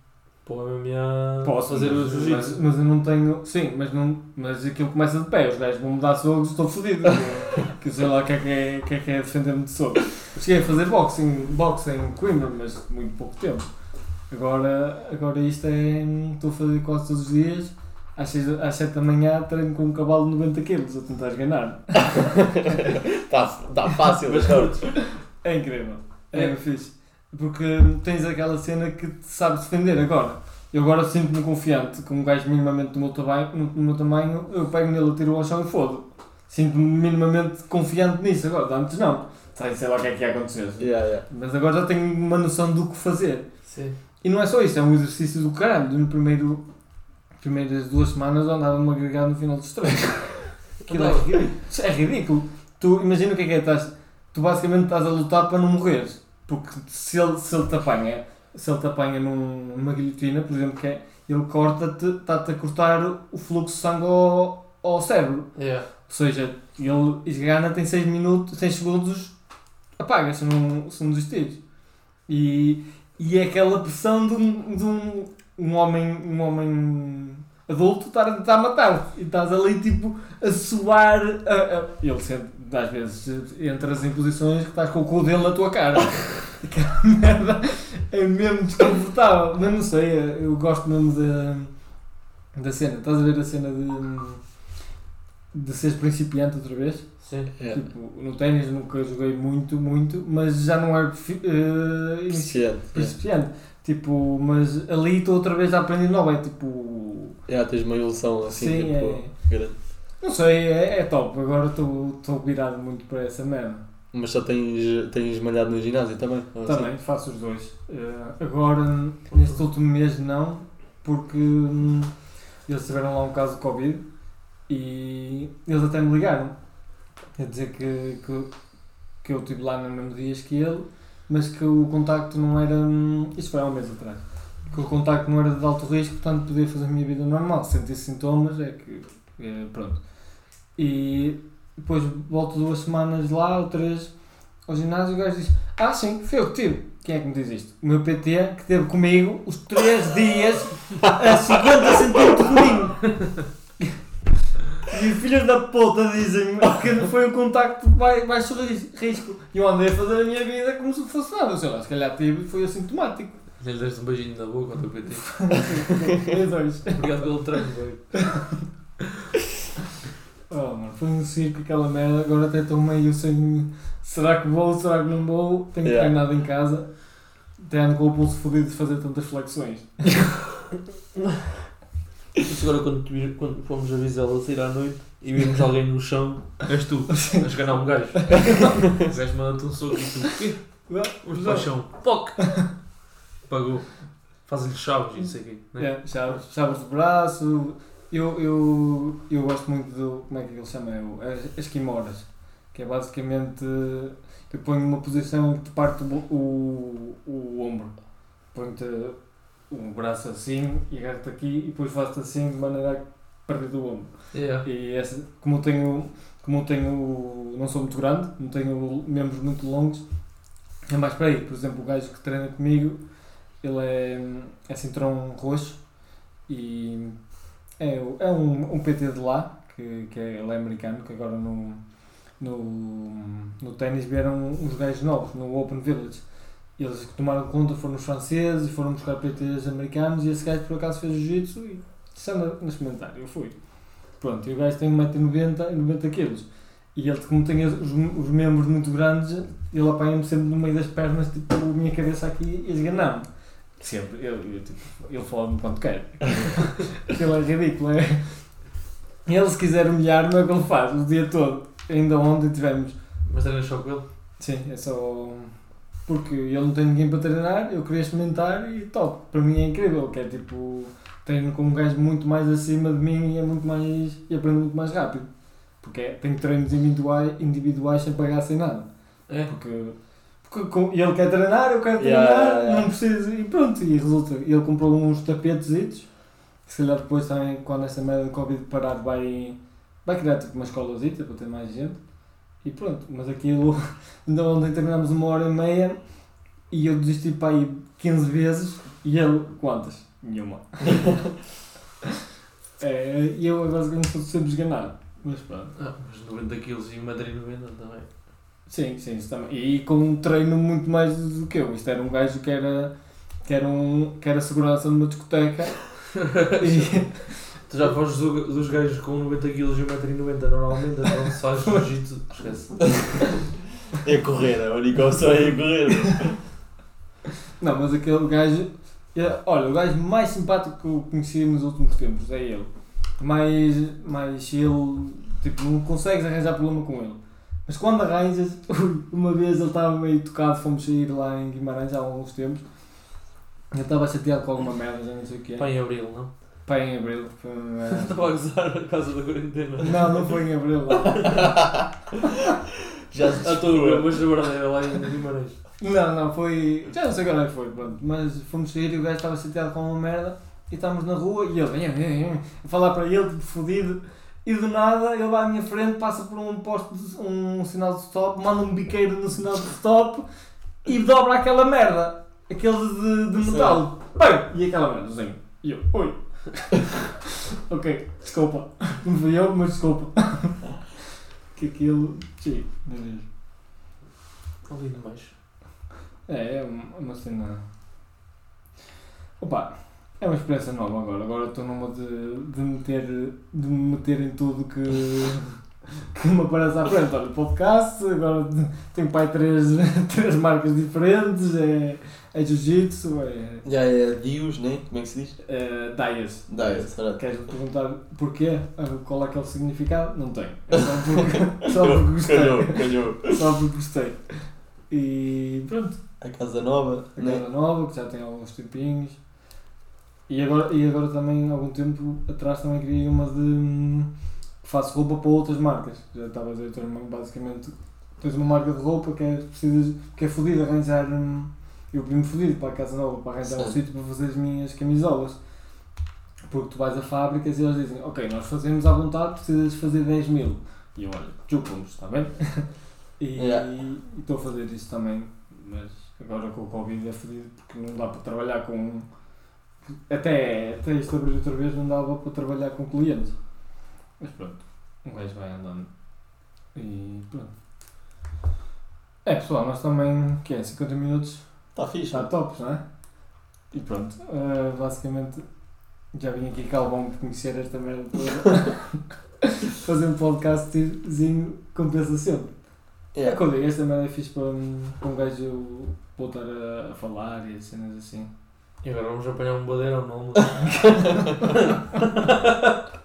Pô, M M A Posso fazer o mas, jiu-jitsu. mas, mas eu não tenho. Sim, mas, não, mas aquilo começa de pé. Os gajos vão me dar socos, estou fodido. Que eu sei lá o que é que é, que é, que é defender-me de socos. Eu cheguei a fazer boxing, boxing em Coimbra, mas muito pouco tempo. Agora, agora isto é. Estou a fazer quase todos os dias. Às, seis, às sete da manhã treino com um cavalo de noventa quilos a tentar ganhar. Está tá fácil, mas cortes. É incrível. É, É. fixe. Porque tens aquela cena que te sabes defender agora. Eu agora sinto-me confiante com um gajo minimamente do meu tamanho, no, no meu tamanho, eu pego nele, tiro ao chão e fodo. Sinto-me minimamente confiante nisso agora. Antes não. Sei, sei lá o que é que ia acontecer. Yeah, yeah. Mas agora já tenho uma noção do que fazer. Sim. E não é só isso, é um exercício do caralho. No primeiro, primeiras duas semanas eu andava-me agregado no final dos treinos. Aquilo é ridículo. É ridículo. Tu imagina o que é que é, estás, tu basicamente estás a lutar para não morreres. Porque se ele, se ele te apanha, se ele te apanha num, numa guilhotina, por exemplo, que é, ele corta-te, está-te a cortar o fluxo de sangue ao, ao cérebro. Yeah. Ou seja, ele esgana, tem seis minutos, seis segundos, apaga se não, se não desistires. E, e é aquela pressão de um, de um, um homem, um homem adulto estar a tentar matar-te. E estás ali tipo a suar. A, a, ele sempre, às vezes, entras em posições que estás com o cu dele na tua cara. Aquela merda é mesmo desconfortável. Mas não sei, eu gosto mesmo da, da cena. Estás a ver a cena de, de seres principiante outra vez? Sim. Yeah. Tipo, no ténis nunca joguei muito, muito, mas já não era uh, Iniciante. principiante. Tipo, mas ali estou outra vez a aprender nova, é tipo... Yeah, tens uma evolução assim, Sim, tipo, é. grande. Não sei, é, é top, agora estou virado muito para essa merda. Mas só tens, tens malhado no ginásio também? ou Também, faço os dois. Uh, agora, neste último mês não, porque hum, eles tiveram lá um caso de Covid e eles até me ligaram. Quer dizer que, que, que eu estive lá no mesmo dias que ele, mas que o contacto não era... hum, Isto foi há um mês atrás. Que o contacto não era de alto risco, portanto podia fazer a minha vida normal. Se sentisse sintomas, é que... É, pronto. E depois volto duas semanas lá, ou três, ao ginásio, e o gajo diz: ah sim, foi eu que tive. Quem é que me diz isto? O meu P T, que esteve comigo os três dias a cinquenta centímetros de mim. E filhos da puta dizem-me que foi um contacto de baixo risco. E eu andei a fazer a minha vida como se fosse nada. Sei lá, se calhar tive e foi assintomático. Ele deste um beijinho na boca ao teu P T. Três dois. Obrigado pelo treino, velho. Oh, mano, foi um circo aquela merda, agora até estou meio sem... Será que vou, será que não vou? Tenho que Yeah. treinar em casa. Até ando com o pulso fodido de fazer tantas flexões. Isso agora quando, tu, quando fomos a Vizela a sair à noite e vimos alguém no chão, és tu, a esganar um gajo. O gajo manda-te um soco e tu, o quê? Vamos para o chão, poc! Pagou. Faz-lhe chaves e não sei o quê. Né? Yeah, chaves, chaves de braço. Eu, eu, eu gosto muito do... Como é que ele chama? É o, as, as quimoras. Que é basicamente... Eu ponho numa posição em que te parto o, o, o ombro. Ponho-te o braço assim e agarro-te aqui e depois faço-te assim de maneira a perder do ombro. Yeah. E essa, como eu tenho, como eu tenho, não sou muito grande, não tenho membros muito longos, é mais para aí. Por exemplo, o gajo que treina comigo, ele é, é cinturão roxo e é, é um, um P T de lá, que, que é, ele é americano, que agora no, no, no ténis vieram uns gajos novos, no Open Village. Eles que tomaram conta foram os franceses e foram buscar P Ts americanos e esse gajo por acaso fez jiu-jitsu e está no experimentar, eu fui. Pronto, e o gajo tem um metro e noventa e noventa quilos. E ele, como tem os, os membros muito grandes, ele apanha-me sempre no meio das pernas, tipo, a minha cabeça aqui e esganar-me. Sempre, eu, eu, tipo, ele fala-me quanto quer. Aquilo é ridículo, é? Ele, se quiser humilhar-me, é o que ele faz o dia todo. Ainda ontem tivemos. Mas treinas só com ele? Sim, é só. Porque ele não tem ninguém para treinar, eu queria experimentar e top. Para mim é incrível, que é tipo. Treino com um gajo muito mais acima de mim e é muito mais. E aprendo muito mais rápido. Porque é, tenho treinos individuais, individuais sem pagar sem nada. É? Porque, porque com, ele quer treinar, eu quero treinar, Yeah, yeah, yeah. não preciso. E pronto, e resulta. Ele comprou uns tapetezitos, que se calhar depois também, quando essa merda de Covid parar, vai, vai criar tipo uma escolazita para ter mais gente. E pronto, mas aquilo. Ainda ontem treinámos uma hora e meia e eu desisti para aí quinze vezes e ele, quantas? Nenhuma. É, e eu basicamente sou sempre esganado. Mas pronto. Ah, mas noventa quilos e Madrid noventa também. Sim, sim, isso também. E com um treino muito mais do que eu. Isto era um gajo que era, que era, um, que era segurança numa discoteca. E... Tu já foges do, dos gajos com noventa quilos e um metro e noventa normalmente, então se faz jiu-jitsu, esquece. É correr, a única opção é correr. Não, mas aquele gajo... é- olha, o gajo mais simpático que eu conheci nos últimos tempos é ele. Mais, mais ele... Tipo, não consegues arranjar problema com ele. Mas quando arranjas... ui, uma vez ele estava meio tocado, fomos sair lá em Guimarães há alguns tempos. Ele estava chateado com alguma merda, já não sei o que é. Pá, em abril, não? Pá, em abril. Foi uma merda. Estava a gozar a casa da quarentena. Não, não foi em abril. Já se Ah, estou a ver, mas a verdadeira lá em Guimarães. Não, não, foi... Já não sei qual é que foi, pronto. Mas fomos sair e o gajo estava chateado com uma merda. E estávamos na rua e ele... "Nham, nham, nham", a falar para ele, tipo, fodido. E do nada, ele vai à minha frente, passa por um posto, de, um sinal de stop, manda um biqueiro no sinal de stop e dobra aquela merda. Aquele de, de metal. Bem, e aquela merda, assim. E eu, oi. Ok, desculpa. Não fui eu, mas desculpa. Que aquilo... Sim, meu Deus. Ali demais. É, é uma, uma cena... Opa, é uma experiência nova agora. Agora estou numa de, de, meter, de me meter em tudo que, que me aparece à frente. Olha, podcast, agora tenho pai três, três marcas diferentes, é, é jiu-jitsu, é, Já é Dios, né? Como é que se diz? é Dias. Dias, será? Queres me perguntar porquê? Qual é aquele significado? Não tem. É só porque, só porque gostei. Calhou, calhou. Só porque gostei. E pronto. A casa nova, A né? casa nova, que já tem alguns tempinhos. E agora, e agora também, há algum tempo atrás, também queria uma de... hum, que faço roupa para outras marcas. Já estava a dizer, tu, basicamente, tens uma marca de roupa que é, precisas, que é fodido arranjar... Hum, eu pedi-me fodido para a casa nova, para arranjar um Sim. sítio para fazer as minhas camisolas. Porque tu vais a fábricas e eles dizem, ok, nós fazemos à vontade, precisas fazer dez mil. E eu, olha, chupamos, está bem? E Yeah. e estou a fazer isso também, mas agora com o Covid é fodido porque não dá para trabalhar com... Até, até isto abrir outra vez não dava para trabalhar com clientes. Mas pronto, um gajo vai andando. E pronto. É pessoal, nós também, que é, cinquenta minutos, Está fixe. está tops, não é? E pronto, uh, basicamente já vim aqui calvão por conhecer esta merda toda. Fazer um podcastzinho compensação. É Yeah. que eu digo, esta merda é fixe para, um- para um gajo voltar a, a falar e as cenas assim. E agora vamos apanhar um badeirão, não?